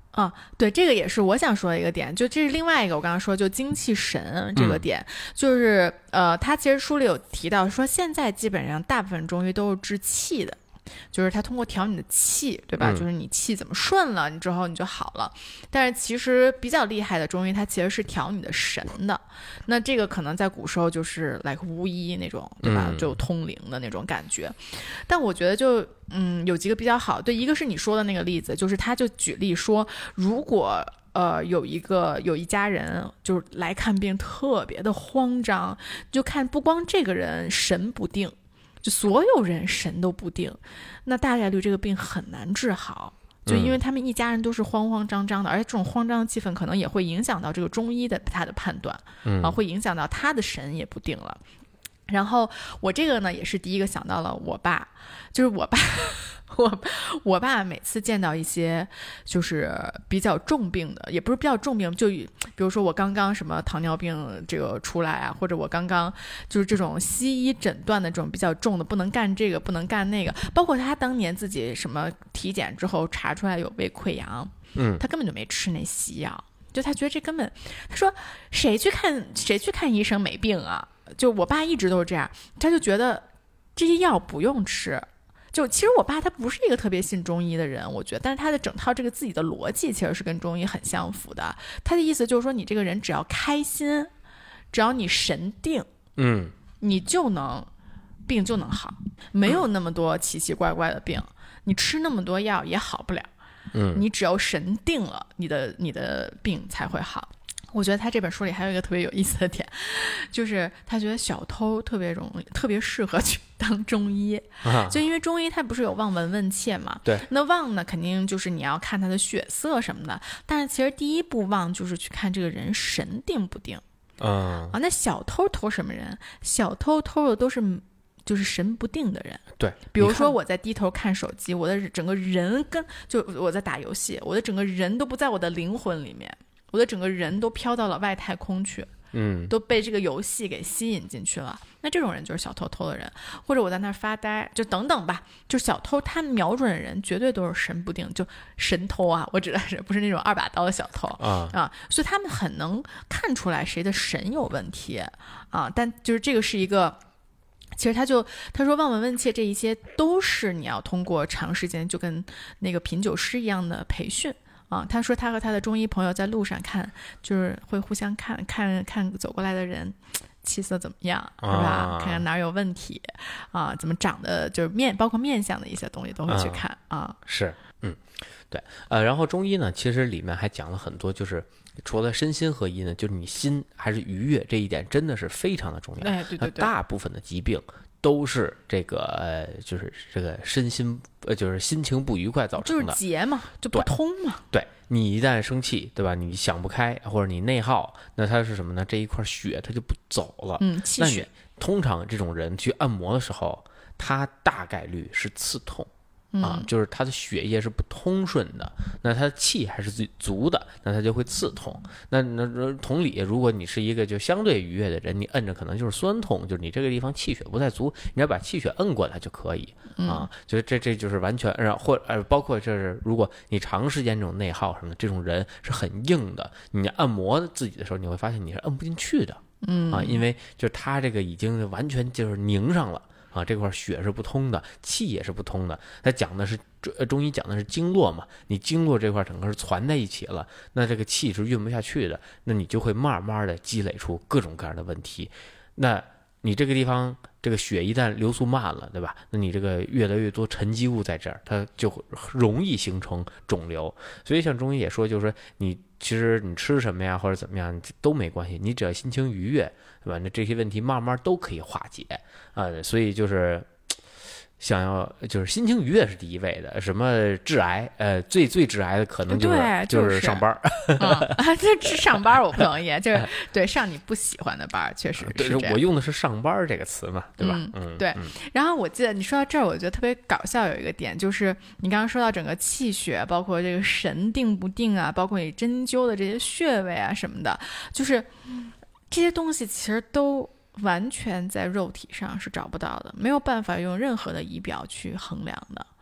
啊，对，这个也是我想说的一个点，就这是另外一个我刚刚说就精气神这个点，嗯、就是呃，他其实书里有提到说，现在基本上大部分中医都是治气的。就是他通过调你的气，对吧？嗯、就是你气怎么顺了，你之后你就好了。但是其实比较厉害的中医，它其实是调你的神的。那这个可能在古时候就是 like 巫医那种，对吧？就通灵的那种感觉。但我觉得就嗯有几个比较好，对，一个是你说的那个例子，就是他就举例说，如果呃有一个有一家人就是来看病特别的慌张，就看不光这个人神不定。就所有人神都不定，那大概率这个病很难治好，就因为他们一家人都是慌慌张张的，嗯、而且这种慌张的气氛可能也会影响到这个中医的他的判断，嗯、啊，会影响到他的神也不定了。然后我这个呢也是第一个想到了我爸，就是我爸我我爸每次见到一些就是比较重病的，也不是比较重病，就比如说我刚刚什么糖尿病这个出来啊，或者我刚刚就是这种西医诊断的这种比较重的，不能干这个不能干那个，包括他当年自己什么体检之后查出来有胃溃疡，嗯，他根本就没吃那西药，就他觉得这根本，他说谁去看谁去看医生没病啊，就我爸一直都是这样，他就觉得这些药不用吃。就其实我爸他不是一个特别信中医的人，我觉得，但是他的整套这个自己的逻辑其实是跟中医很相符的。他的意思就是说，你这个人只要开心，只要你神定， 嗯， 你就能病就能好，没有那么多奇奇怪怪的病，你吃那么多药也好不了。嗯，你只要神定了，你的你的病才会好。我觉得他这本书里还有一个特别有意思的点，就是他觉得小偷特别容易特别适合去当中医，啊、就因为中医它不是有望闻问切嘛， 对， 那望呢肯定就是你要看他的血色什么的，但是其实第一步望就是去看这个人神定不定， 嗯、 啊，那小偷偷什么人？小偷偷的都是就是神不定的人， 对， 比如说我在低头看手机，我的整个人跟就我在打游戏，我的整个人都不在我的灵魂里面。我的整个人都飘到了外太空去， 嗯， 都被这个游戏给吸引进去了。那这种人就是小偷偷的人，或者我在那儿发呆，就等等吧。就小偷他瞄准的人绝对都是神不定，就神偷啊，我指的是不是那种二把刀的小偷啊啊，所以他们很能看出来谁的神有问题啊。但就是这个是一个。其实他就他说望闻问切这一些都是你要通过长时间就跟那个品酒师一样的培训。啊，他说他和他的中医朋友在路上看，就是会互相看看看走过来的人气色怎么样，是吧？啊、看看哪有问题啊，怎么长的，就是面包括面相的一些东西都会去看 啊, 啊。 是，嗯，对，呃，然后中医呢，其实里面还讲了很多，就是除了身心合一呢，就是你心还是愉悦这一点，真的是非常的重要。 哎，对对对， 大部分的疾病。都是这个呃，就是这个身心呃，就是心情不愉快造成的， 就是结嘛，就不通嘛。 对，对你一旦生气，对吧？你想不开或者你内耗，那它是什么呢？这一块血它就不走了。 嗯，气血。 通常这种人去按摩的时候，他大概率是刺痛。啊，就是他的血液是不通顺的，那他的气还是足的，那他就会刺痛。那那同理，如果你是一个就相对愉悦的人，你摁着可能就是酸痛，就是你这个地方气血不太足，你要把气血摁过来就可以啊。就这这就是完全，或呃包括这是如果你长时间这种内耗什么的，这种人是很硬的，你按摩自己的时候，你会发现你是摁不进去的， 嗯啊，因为就是他这个已经完全就是凝上了。啊，这块血是不通的，气也是不通的。他讲的是中医讲的是经络嘛，你经络这块整个是攒在一起了，那这个气是运不下去的，那你就会慢慢的积累出各种各样的问题。那你这个地方这个血一旦流速慢了，对吧？那你这个越来越多沉积物在这儿，它就容易形成肿瘤。所以像中医也说，就是说你其实你吃什么呀或者怎么样都没关系，你只要心情愉悦，对吧？那这些问题慢慢都可以化解啊、呃。所以就是想要就是心情愉悦是第一位的，什么致癌，呃，最最致癌的可能就是对就是上班啊，这这上班我不同意，就是对上你不喜欢的班，确实是这样。 对，我用的是上班这个词嘛，对吧？ 嗯， 嗯对。 嗯、 然后我记得你说到这儿，我觉得特别搞笑，有一个点就是你刚刚说到整个气血，包括这个神定不定啊，包括你针灸的这些穴位啊什么的，就是这些东西其实都。完全在肉体上是找不到的，没有办法用任何的仪表去衡量的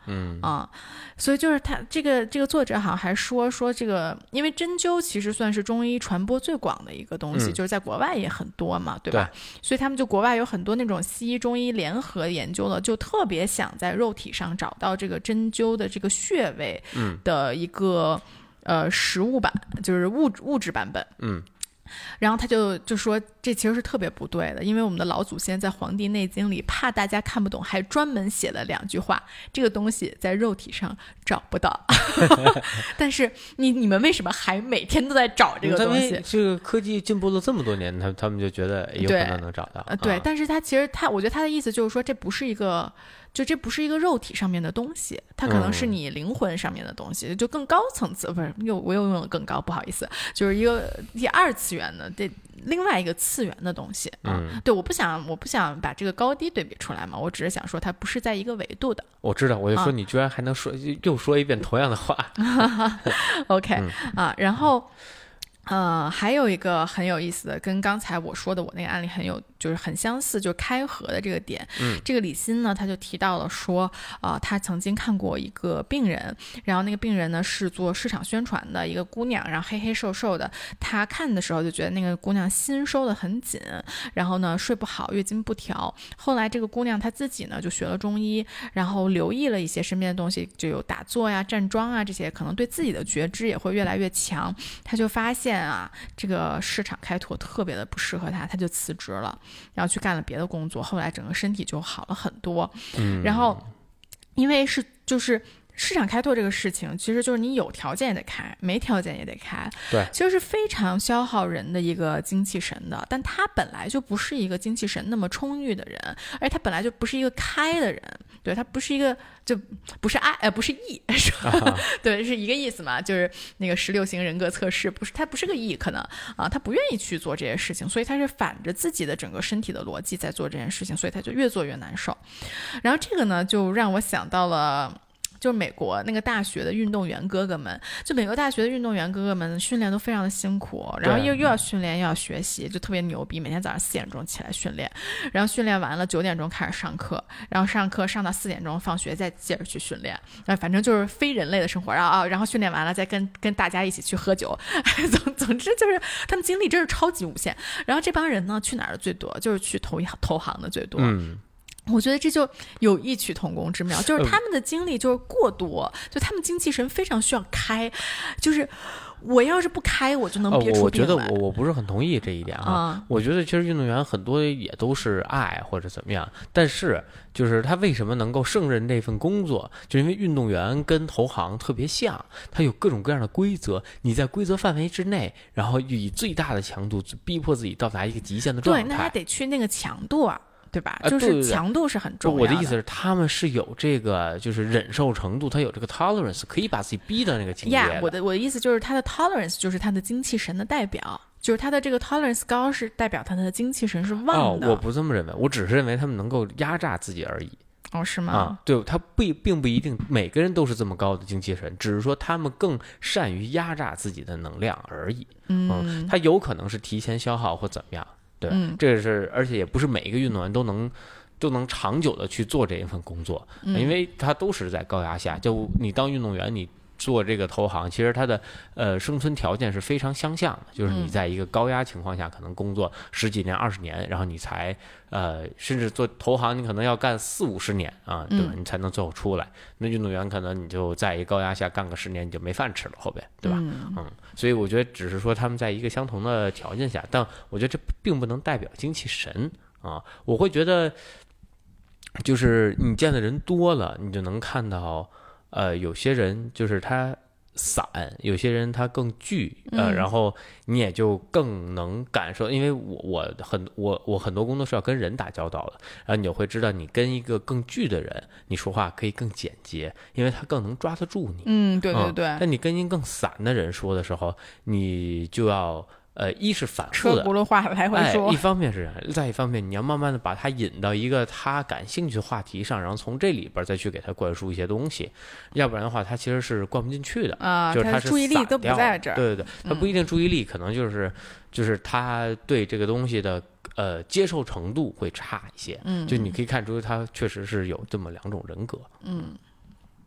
嗯啊，所以就是他这个这个作者好像还说说这个，因为针灸其实算是中医传播最广的一个东西， 嗯、 就是在国外也很多嘛，对吧？ 对， 所以他们就国外有很多那种西医中医联合研究的，就特别想在肉体上找到这个针灸的这个穴位的一个、嗯、呃实物版，就是物物质版本。 嗯。 然后他就就说这其实是特别不对的，因为我们的老祖先在《黄帝内经》里怕大家看不懂，还专门写了两句话，这个东西在肉体上找不到。但是你你们为什么还每天都在找这个东西？ 这个科技进步了这么多年，他他们就觉得有可能能找到。 对，对啊、 但是他其实他，我觉得他的意思就是说，这不是一个。就这不是一个肉体上面的东西，它可能是你灵魂上面的东西，嗯、就更高层次，不是又我又用了更高，不好意思，就是一个第二次元的这另外一个次元的东西啊。 嗯、 对，我不想我不想把这个高低对比出来嘛，我只是想说它不是在一个维度的。 我知道，我就说你居然还能说、啊、又说一遍同样的话。 OK、 嗯、 啊，然后。呃，还有一个很有意思的，跟刚才我说的我那个案例很有，就是很相似，就是开合的这个点。 嗯， 这个李欣呢，他就提到了说，啊、呃，他曾经看过一个病人，然后那个病人呢是做市场宣传的一个姑娘，然后黑黑瘦瘦的，他看的时候就觉得那个姑娘心收得很紧，然后呢睡不好，月经不调。后来这个姑娘她自己呢就学了中医，然后留意了一些身边的东西，就有打坐呀、站桩啊这些，可能对自己的觉知也会越来越强。他就发现啊，这个市场开拓特别的不适合他，他就辞职了，然后去干了别的工作。后来整个身体就好了很多。 嗯， 然后因为是就是市场开拓这个事情，其实就是你有条件也得开，没条件也得开。 对， 其实是非常消耗人的一个精气神的。但他本来就不是一个精气神那么充裕的人，而且他本来就不是一个开的人。对，他不是一个，就不是爱，呃，不是 E， 是吧？啊、对，是一个意思嘛，就是那个十六型人格测试，不是他不是个 E， 可能啊，他不愿意去做这些事情，所以他是反着自己的整个身体的逻辑在做这件事情，所以他就越做越难受。然后这个呢，就让我想到了。就是美国那个大学的运动员哥哥们，就美国大学的运动员哥哥们训练都非常的辛苦，然后又又要训练又要学习，就特别牛逼，每天早上四点钟起来训练，然后训练完了九点钟开始上课，然后上课上到四点钟放学再接着去训练，反正就是非人类的生活。然后啊，然后训练完了再跟跟大家一起去喝酒，总总之就是他们精力真是超级无限。然后这帮人呢，去哪儿的最多？就是去投投行的最多。 嗯。 我觉得这就有异曲同工之妙，就是他们的精力就是过多，就他们精气神非常需要开，就是我要是不开，我就能憋出病来。 哦、我觉得我我不是很同意这一点啊。嗯、我觉得其实运动员很多也都是爱或者怎么样，但是就是他为什么能够胜任这份工作，就因为运动员跟投行特别像，他有各种各样的规则，你在规则范围之内，然后以最大的强度逼迫自己到达一个极限的状态。 对，那还得去那个强度啊。对吧？就是强度是很重要的。 我的意思是，他们是有这个，就是忍受程度，他有这个 tolerance， 可以把自己逼到那个境界的。 呀，我的我的意思就是，他的 tolerance 就是他的精气神的代表，就是他的这个 tolerance 高是代表他的精气神是旺的。 哦，我不这么认为，我只是认为他们能够压榨自己而已。 哦，是吗？ 啊，对，他不并不一定每个人都是这么高的精气神，只是说他们更善于压榨自己的能量而已。 嗯， 嗯他有可能是提前消耗或怎么样。对， 嗯、 这个是，而且也不是每一个运动员都能都能长久的去做这一份工作， 嗯、 因为他都是在高压下。就你当运动员，你做这个投行，其实它的呃生存条件是非常相像的，就是你在一个高压情况下，可能工作十几年、二十年，然后你才呃，甚至做投行，你可能要干四五十年啊，对吧？你才能最后出来。那运动员可能你就在一个高压下干个十年，你就没饭吃了，后边，对吧？ 嗯， 嗯，所以我觉得只是说他们在一个相同的条件下，但我觉得这并不能代表精气神啊。我会觉得，就是你见的人多了，你就能看到。呃，有些人就是他散，有些人他更聚，呃， 嗯、 然后你也就更能感受，因为我我很我我很多工作是要跟人打交道的，然后你就会知道，你跟一个更聚的人，你说话可以更简洁，因为他更能抓得住你。 嗯，对对对。 嗯、但你跟一个更散的人说的时候，你就要。呃，一是反复的车轱辘话来回说、 哎，一方面是，再一方面你要慢慢的把他引到一个他感兴趣的话题上，然后从这里边再去给他灌输一些东西，要不然的话他其实是灌不进去的啊， 就是他是注意力都不在这儿， 对对对，他不一定注意力，嗯、可能就是就是他对这个东西的呃接受程度会差一些， 嗯， 就你可以看出他确实是有这么两种人格， 嗯。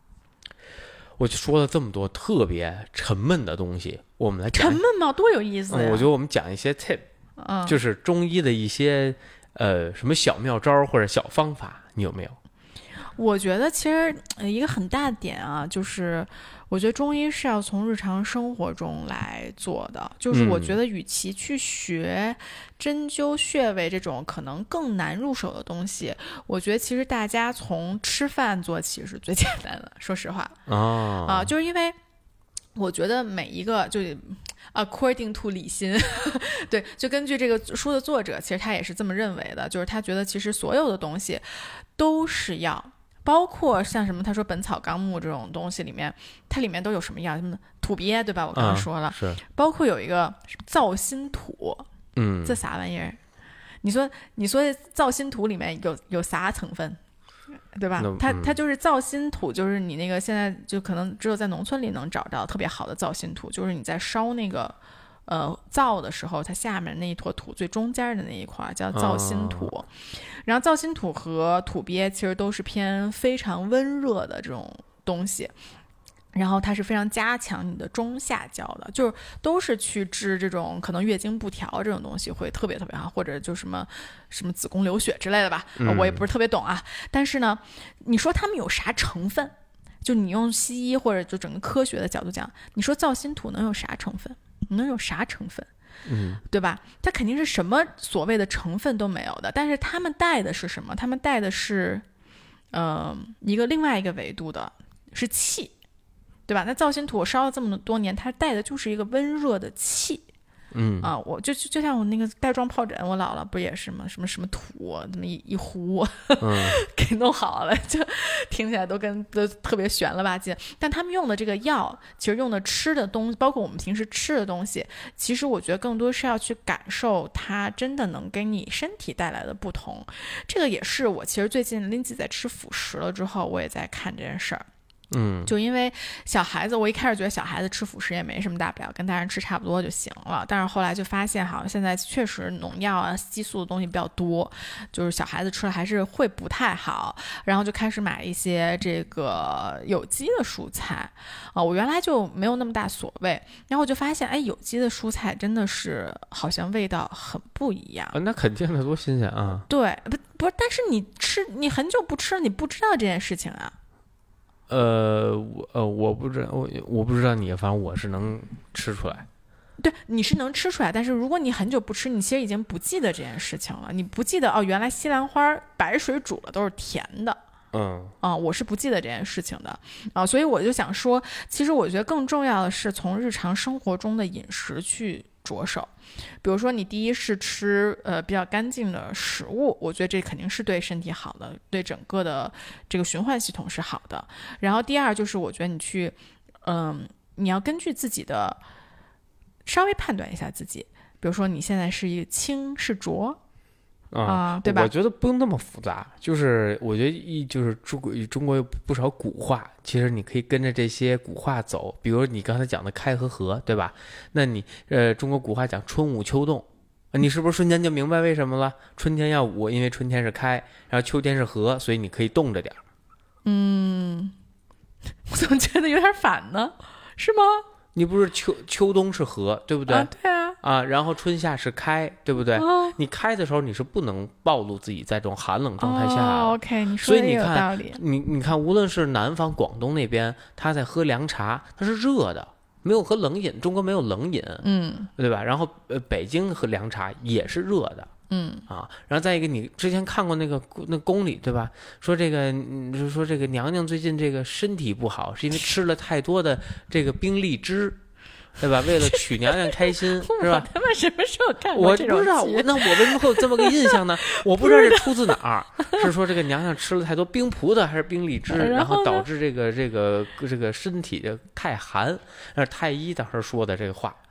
我就说了这么多特别沉闷的东西，我们来讲沉闷吗？多有意思呀！ 嗯、我觉得我们讲一些 tip， 嗯， 就是中医的一些呃什么小妙招或者小方法，你有没有？ 我觉得其实一个很大的点啊，就是我觉得中医是要从日常生活中来做的。就是我觉得与其去学针灸穴位这种可能更难入手的东西，我觉得其实大家从吃饭做起是最简单的。说实话哦、 啊，就是因为我觉得每一个就 according to 李欣对，就根据这个书的作者，其实他也是这么认为的，就是他觉得其实所有的东西都是药。包括像什么他说本草纲目这种东西里面，它里面都有什么药，什么土鳖对吧，我刚刚说了、 嗯、是包括有一个造心土， 嗯， 这啥玩意儿？你说你说造心土里面有有啥成分对吧、嗯、它它就是造心土，就是你那个现在就可能只有在农村里能找到特别好的造心土，就是你在烧那个呃灶的时候，它下面那一坨土最中间的那一块叫造心土、哦、然后造心土和土鳖其实都是偏非常温热的这种东西，然后它是非常加强你的中下焦的，就是都是去治这种可能月经不调这种东西会特别特别好，或者就什么什么子宫流血之类的吧、嗯、我也不是特别懂啊。但是呢你说他们有啥成分，就你用西医或者就整个科学的角度讲，你说造心土能有啥成分，能有啥成分， 嗯， 对吧？它肯定是什么所谓的成分都没有的，但是他们带的是什么？他们带的是呃一个另外一个维度的是气，对吧？那造心土我烧了这么多年，它带的就是一个温热的气。 嗯啊，我就就像我那个带状疱疹，我姥姥不也是吗？什么什么土，这么一一壶，嗯、给弄好了，就听起来都跟都特别悬了吧唧。但他们用的这个药，其实用的吃的东西，包括我们平时吃的东西，其实我觉得更多是要去感受它真的能给你身体带来的不同。这个也是我其实最近Lindsay在吃辅食了之后，我也在看这件事儿。 嗯， 就因为小孩子，我一开始觉得小孩子吃辅食也没什么大不了，跟大人吃差不多就行了。但是后来就发现，好像现在确实农药啊、激素的东西比较多，就是小孩子吃了还是会不太好。然后就开始买一些这个有机的蔬菜啊、呃，我原来就没有那么大所谓，然后我就发现，哎，有机的蔬菜真的是好像味道很不一样。 啊、那肯定的，多新鲜啊！ 对，不不是，但是你吃，你很久不吃了，你不知道这件事情啊。 呃，我呃，我不知道，我我不知道你，反正我是能吃出来。 对，你是能吃出来，但是如果你很久不吃，你其实已经不记得这件事情了。你不记得哦，原来西兰花白水煮了都是甜的。 嗯啊、呃，我是不记得这件事情的啊、呃，所以我就想说，其实我觉得更重要的是从日常生活中的饮食去着手。比如说你第一是吃呃比较干净的食物，我觉得这肯定是对身体好的，对整个的这个循环系统是好的。然后第二就是我觉得你去嗯、呃，你要根据自己的稍微判断一下自己，比如说你现在是一个轻是浊啊、呃，对吧？ 我觉得不用那么复杂，就是我觉得一就是中国中国有不少古话，其实你可以跟着这些古话走。比如你刚才讲的开和合，对吧？那你呃中国古话讲春捂秋冻，你是不是瞬间就明白为什么了？春天要捂，因为春天是开，然后秋天是合，所以你可以冻着点。 嗯，我怎么觉得有点反呢？是吗？ 你不是秋秋冬是合，对不对？ 啊，对啊。 啊，然后春夏是开，对不对？ 哦、 你开的时候你是不能暴露自己在这种寒冷状态下的。 哦、OK， 你说的也有道理。 你你看，无论是南方广东那边，他在喝凉茶，它是热的，没有喝冷饮，中国没有冷饮，嗯，对吧？然后呃，北京喝凉茶也是热的。 嗯啊，然后再一个，你之前看过那个那宫里对吧？说这个，就是说这个娘娘最近这个身体不好，是因为吃了太多的这个冰荔枝，对吧？为了取娘娘开心，是吧？ 他们什么时候看过这种我不知道，那我为什么会有这么个印象呢？我不知道这出自哪儿，是说这个娘娘吃了太多冰葡萄还是冰荔枝，然后导致这个这个这个身体的太寒，那是太医当时说的这个话。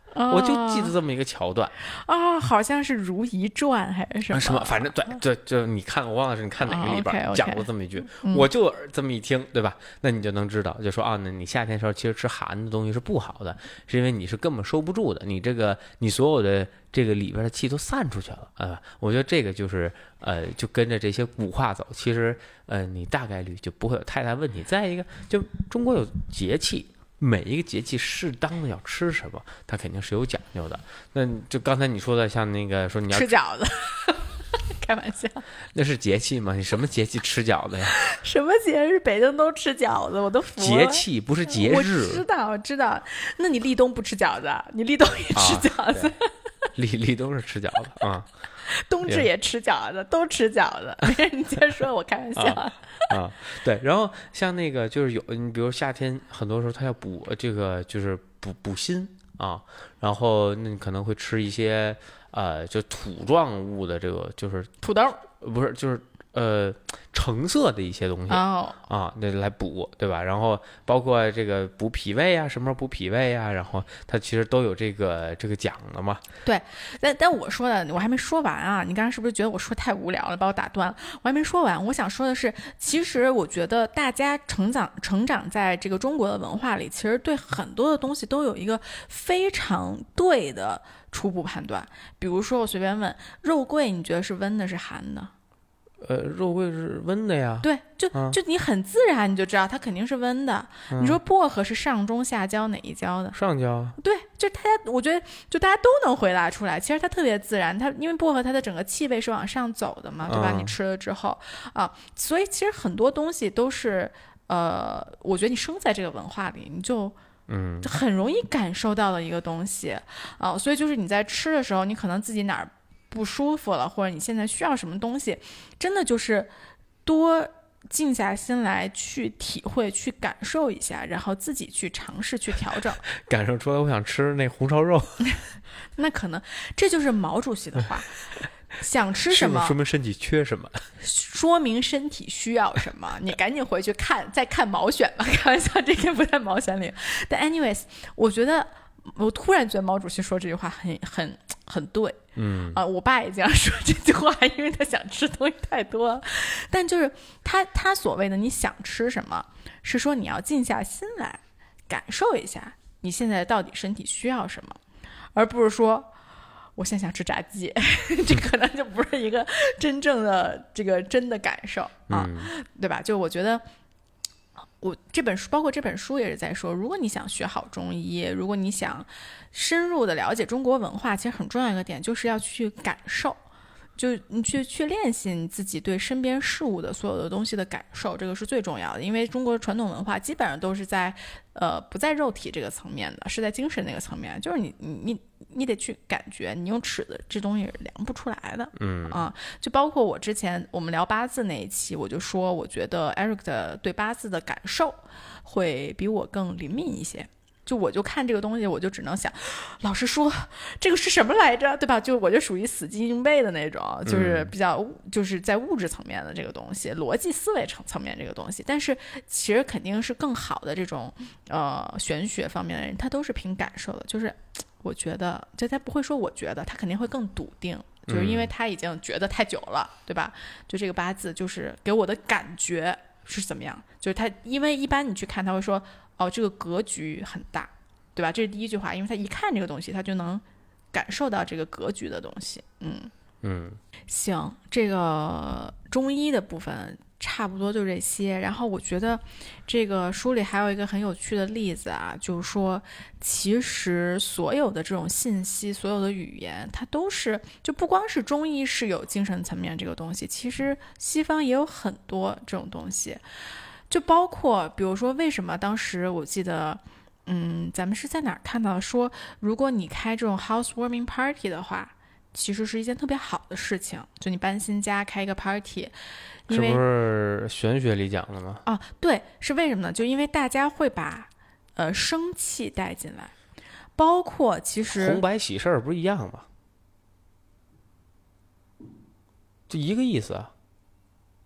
哦、 我就记得这么一个桥段啊、哦，好像是《如懿传》还是什么？ 什么？反正对，就就你看，我忘了是你看哪个里边、 哦、okay, okay, 讲过这么一句， 嗯、 我就这么一听，对吧？那你就能知道，就说啊，那你夏天的时候其实吃寒的东西是不好的，是因为你是根本收不住的，你这个你所有的这个里边的气都散出去了啊、呃。我觉得这个就是呃，就跟着这些古话走，其实呃，你大概率就不会有太大问题。再一个，就中国有节气。每一个节气适当的要吃什么，它肯定是有讲究的。那就刚才你说的，像那个说你要吃饺子，开玩笑， 那是节气吗？你什么节气吃饺子呀？ 什么节日北京都吃饺子，我都服了。 节气不是节日。 我知道，我知道。那你立冬不吃饺子？你立冬也吃饺子？啊、 立立冬是吃饺子啊。 冬至也吃饺子，都吃饺子。没人接着说，我开玩笑。 啊啊，对，然后像那个就是有你，比如夏天很多时候他要补这个，就是补补锌啊，然后那你可能会吃一些呃，就土状物的这个，就是土豆， 不是，就是呃橙色的一些东西、 oh. 啊，那来补，对吧？然后包括这个补脾胃啊，什么时候补脾胃啊，然后它其实都有这个这个讲的嘛。 对，但但我说的我还没说完啊，你刚才是不是觉得我说太无聊了，把我打断了？我还没说完，我想说的是，其实我觉得大家成长成长在这个中国的文化里，其实对很多的东西都有一个非常对的初步判断。比如说我随便问，肉桂你觉得是温的是寒的？ 呃，肉桂是温的呀。 对，就、 啊、 就你很自然你就知道它肯定是温的、嗯。你说薄荷是上中下焦哪一焦的？ 上焦。 对，就大家，我觉得就大家都能回答出来。其实它特别自然，它因为薄荷它的整个气味是往上走的嘛，对吧？嗯、你吃了之后啊，所以其实很多东西都是呃，我觉得你生在这个文化里，你就。 嗯， 很容易感受到的一个东西啊，所以就是你在吃的时候，你可能自己哪儿不舒服了，或者你现在需要什么东西，真的就是多静下心来去体会、去感受一下，然后自己去尝试去调整。 感受出来，我想吃那红烧肉。 那可能这就是毛主席的话。想吃什么， 说明身体缺什么， 说明身体需要什么。你赶紧回去看，再看毛选吧。开玩笑，这个不在毛选里。但 anyways， 我觉得我突然觉得毛主席说这句话很很很对。 嗯啊、呃，我爸也经常说这句话，因为他想吃东西太多了。但就是他他所谓的你想吃什么，是说你要静下心来感受一下你现在到底身体需要什么，而不是说。我现在想吃炸鸡，这可能就不是一个真正的这个真的感受啊、嗯，对吧？就我觉得，我这本书，包括这本书也是在说，如果你想学好中医，如果你想深入的了解中国文化，其实很重要一个点就是要去感受。就你去去练习你自己对身边事物的所有的东西的感受，这个是最重要的。因为中国传统文化基本上都是在，呃，不在肉体这个层面的，是在精神那个层面。就是你你你你得去感觉，你用尺子这东西是量不出来的。 嗯啊，就包括我之前我们聊八字那一期，我就说我觉得 Eric 的对八字的感受会比我更灵敏一些。就我就看这个东西，我就只能想，老师说这个是什么来着，对吧？就我就属于死记硬背的那种，就是比较就是在物质层面的这个东西，逻辑思维层层面这个东西。但是其实肯定是更好的这种呃玄学方面的人，他都是凭感受的。就是我觉得，就他不会说我觉得，他肯定会更笃定，就是因为他已经觉得太久了，对吧？就这个八字就是给我的感觉是怎么样？就是他，因为一般你去看，他会说。哦，这个格局很大，对吧？这是第一句话，因为他一看这个东西，他就能感受到这个格局的东西。嗯嗯， 行，这个中医的部分差不多就这些。然后我觉得这个书里还有一个很有趣的例子啊，就是说，其实所有的这种信息，所有的语言，它都是就不光是中医是有精神层面这个东西，其实西方也有很多这种东西。就包括比如说为什么当时我记得嗯，咱们是在哪儿看到说如果你开这种 housewarming party 的话其实是一件特别好的事情，就你搬新家开一个 party， 因为是不是玄学里讲的吗？ 啊，对，是为什么呢？就因为大家会把呃生气带进来，包括其实红白喜事儿不是一样吗？就一个意思啊。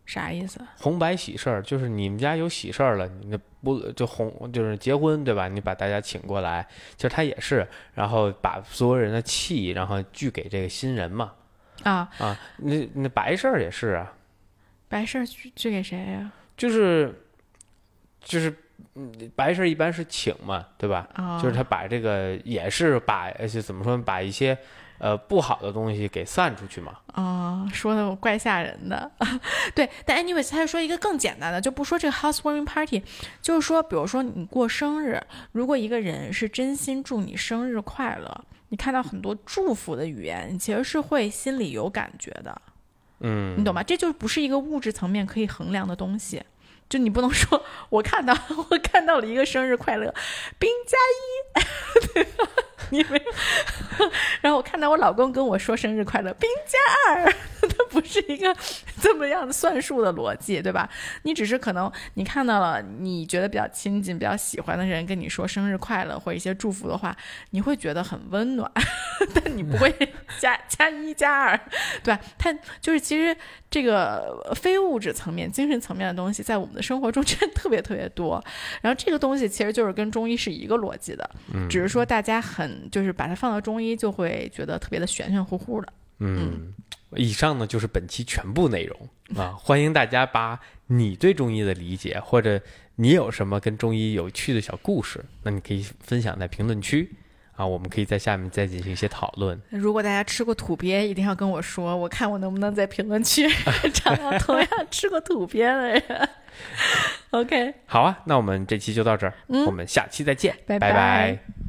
啥意思？ 红白喜事儿就是你们家有喜事儿了，你不就红就是结婚对吧？你把大家请过来，其实他也是，然后把所有人的气，然后聚给这个新人嘛。 啊啊，那那白事儿也是啊。 白事儿聚聚给谁呀、啊？ 就是就是嗯，白事儿一般是请嘛，对吧？ 哦、 就是他把这个也是把就怎么说，把一些。呃，不好的东西给散出去嘛？ 哦，说的我怪吓人的。对，但 anyways， 他就说一个更简单的，就不说这个 housewarming party， 就是说，比如说你过生日，如果一个人是真心祝你生日快乐，你看到很多祝福的语言，你其实是会心里有感觉的。 嗯， 你懂吗？这就不是一个物质层面可以衡量的东西。就你不能说我看到我看到了一个生日快乐，兵加一，对吧？你没有，然后我看到我老公跟我说生日快乐，兵加二，它不是一个这么样的算术的逻辑，对吧？你只是可能你看到了你觉得比较亲近、比较喜欢的人跟你说生日快乐或者一些祝福的话，你会觉得很温暖，但你不会加加一加二，对吧？它就是其实这个非物质层面、精神层面的东西，在我们的生活中真的特别特别多。然后这个东西其实就是跟中医是一个逻辑的， 嗯、 只是说大家很就是把它放到中医，就会觉得特别的玄玄乎乎的。 嗯，以上呢就是本期全部内容啊！欢迎大家把你对中医的理解，或者你有什么跟中医有趣的小故事，那你可以分享在评论区。啊，我们可以在下面再进行一些讨论。 如果大家吃过土鳖，一定要跟我说，我看我能不能在评论区找到同样吃过土鳖的人。OK， 好啊，那我们这期就到这儿， 嗯、 我们下期再见， 拜拜拜。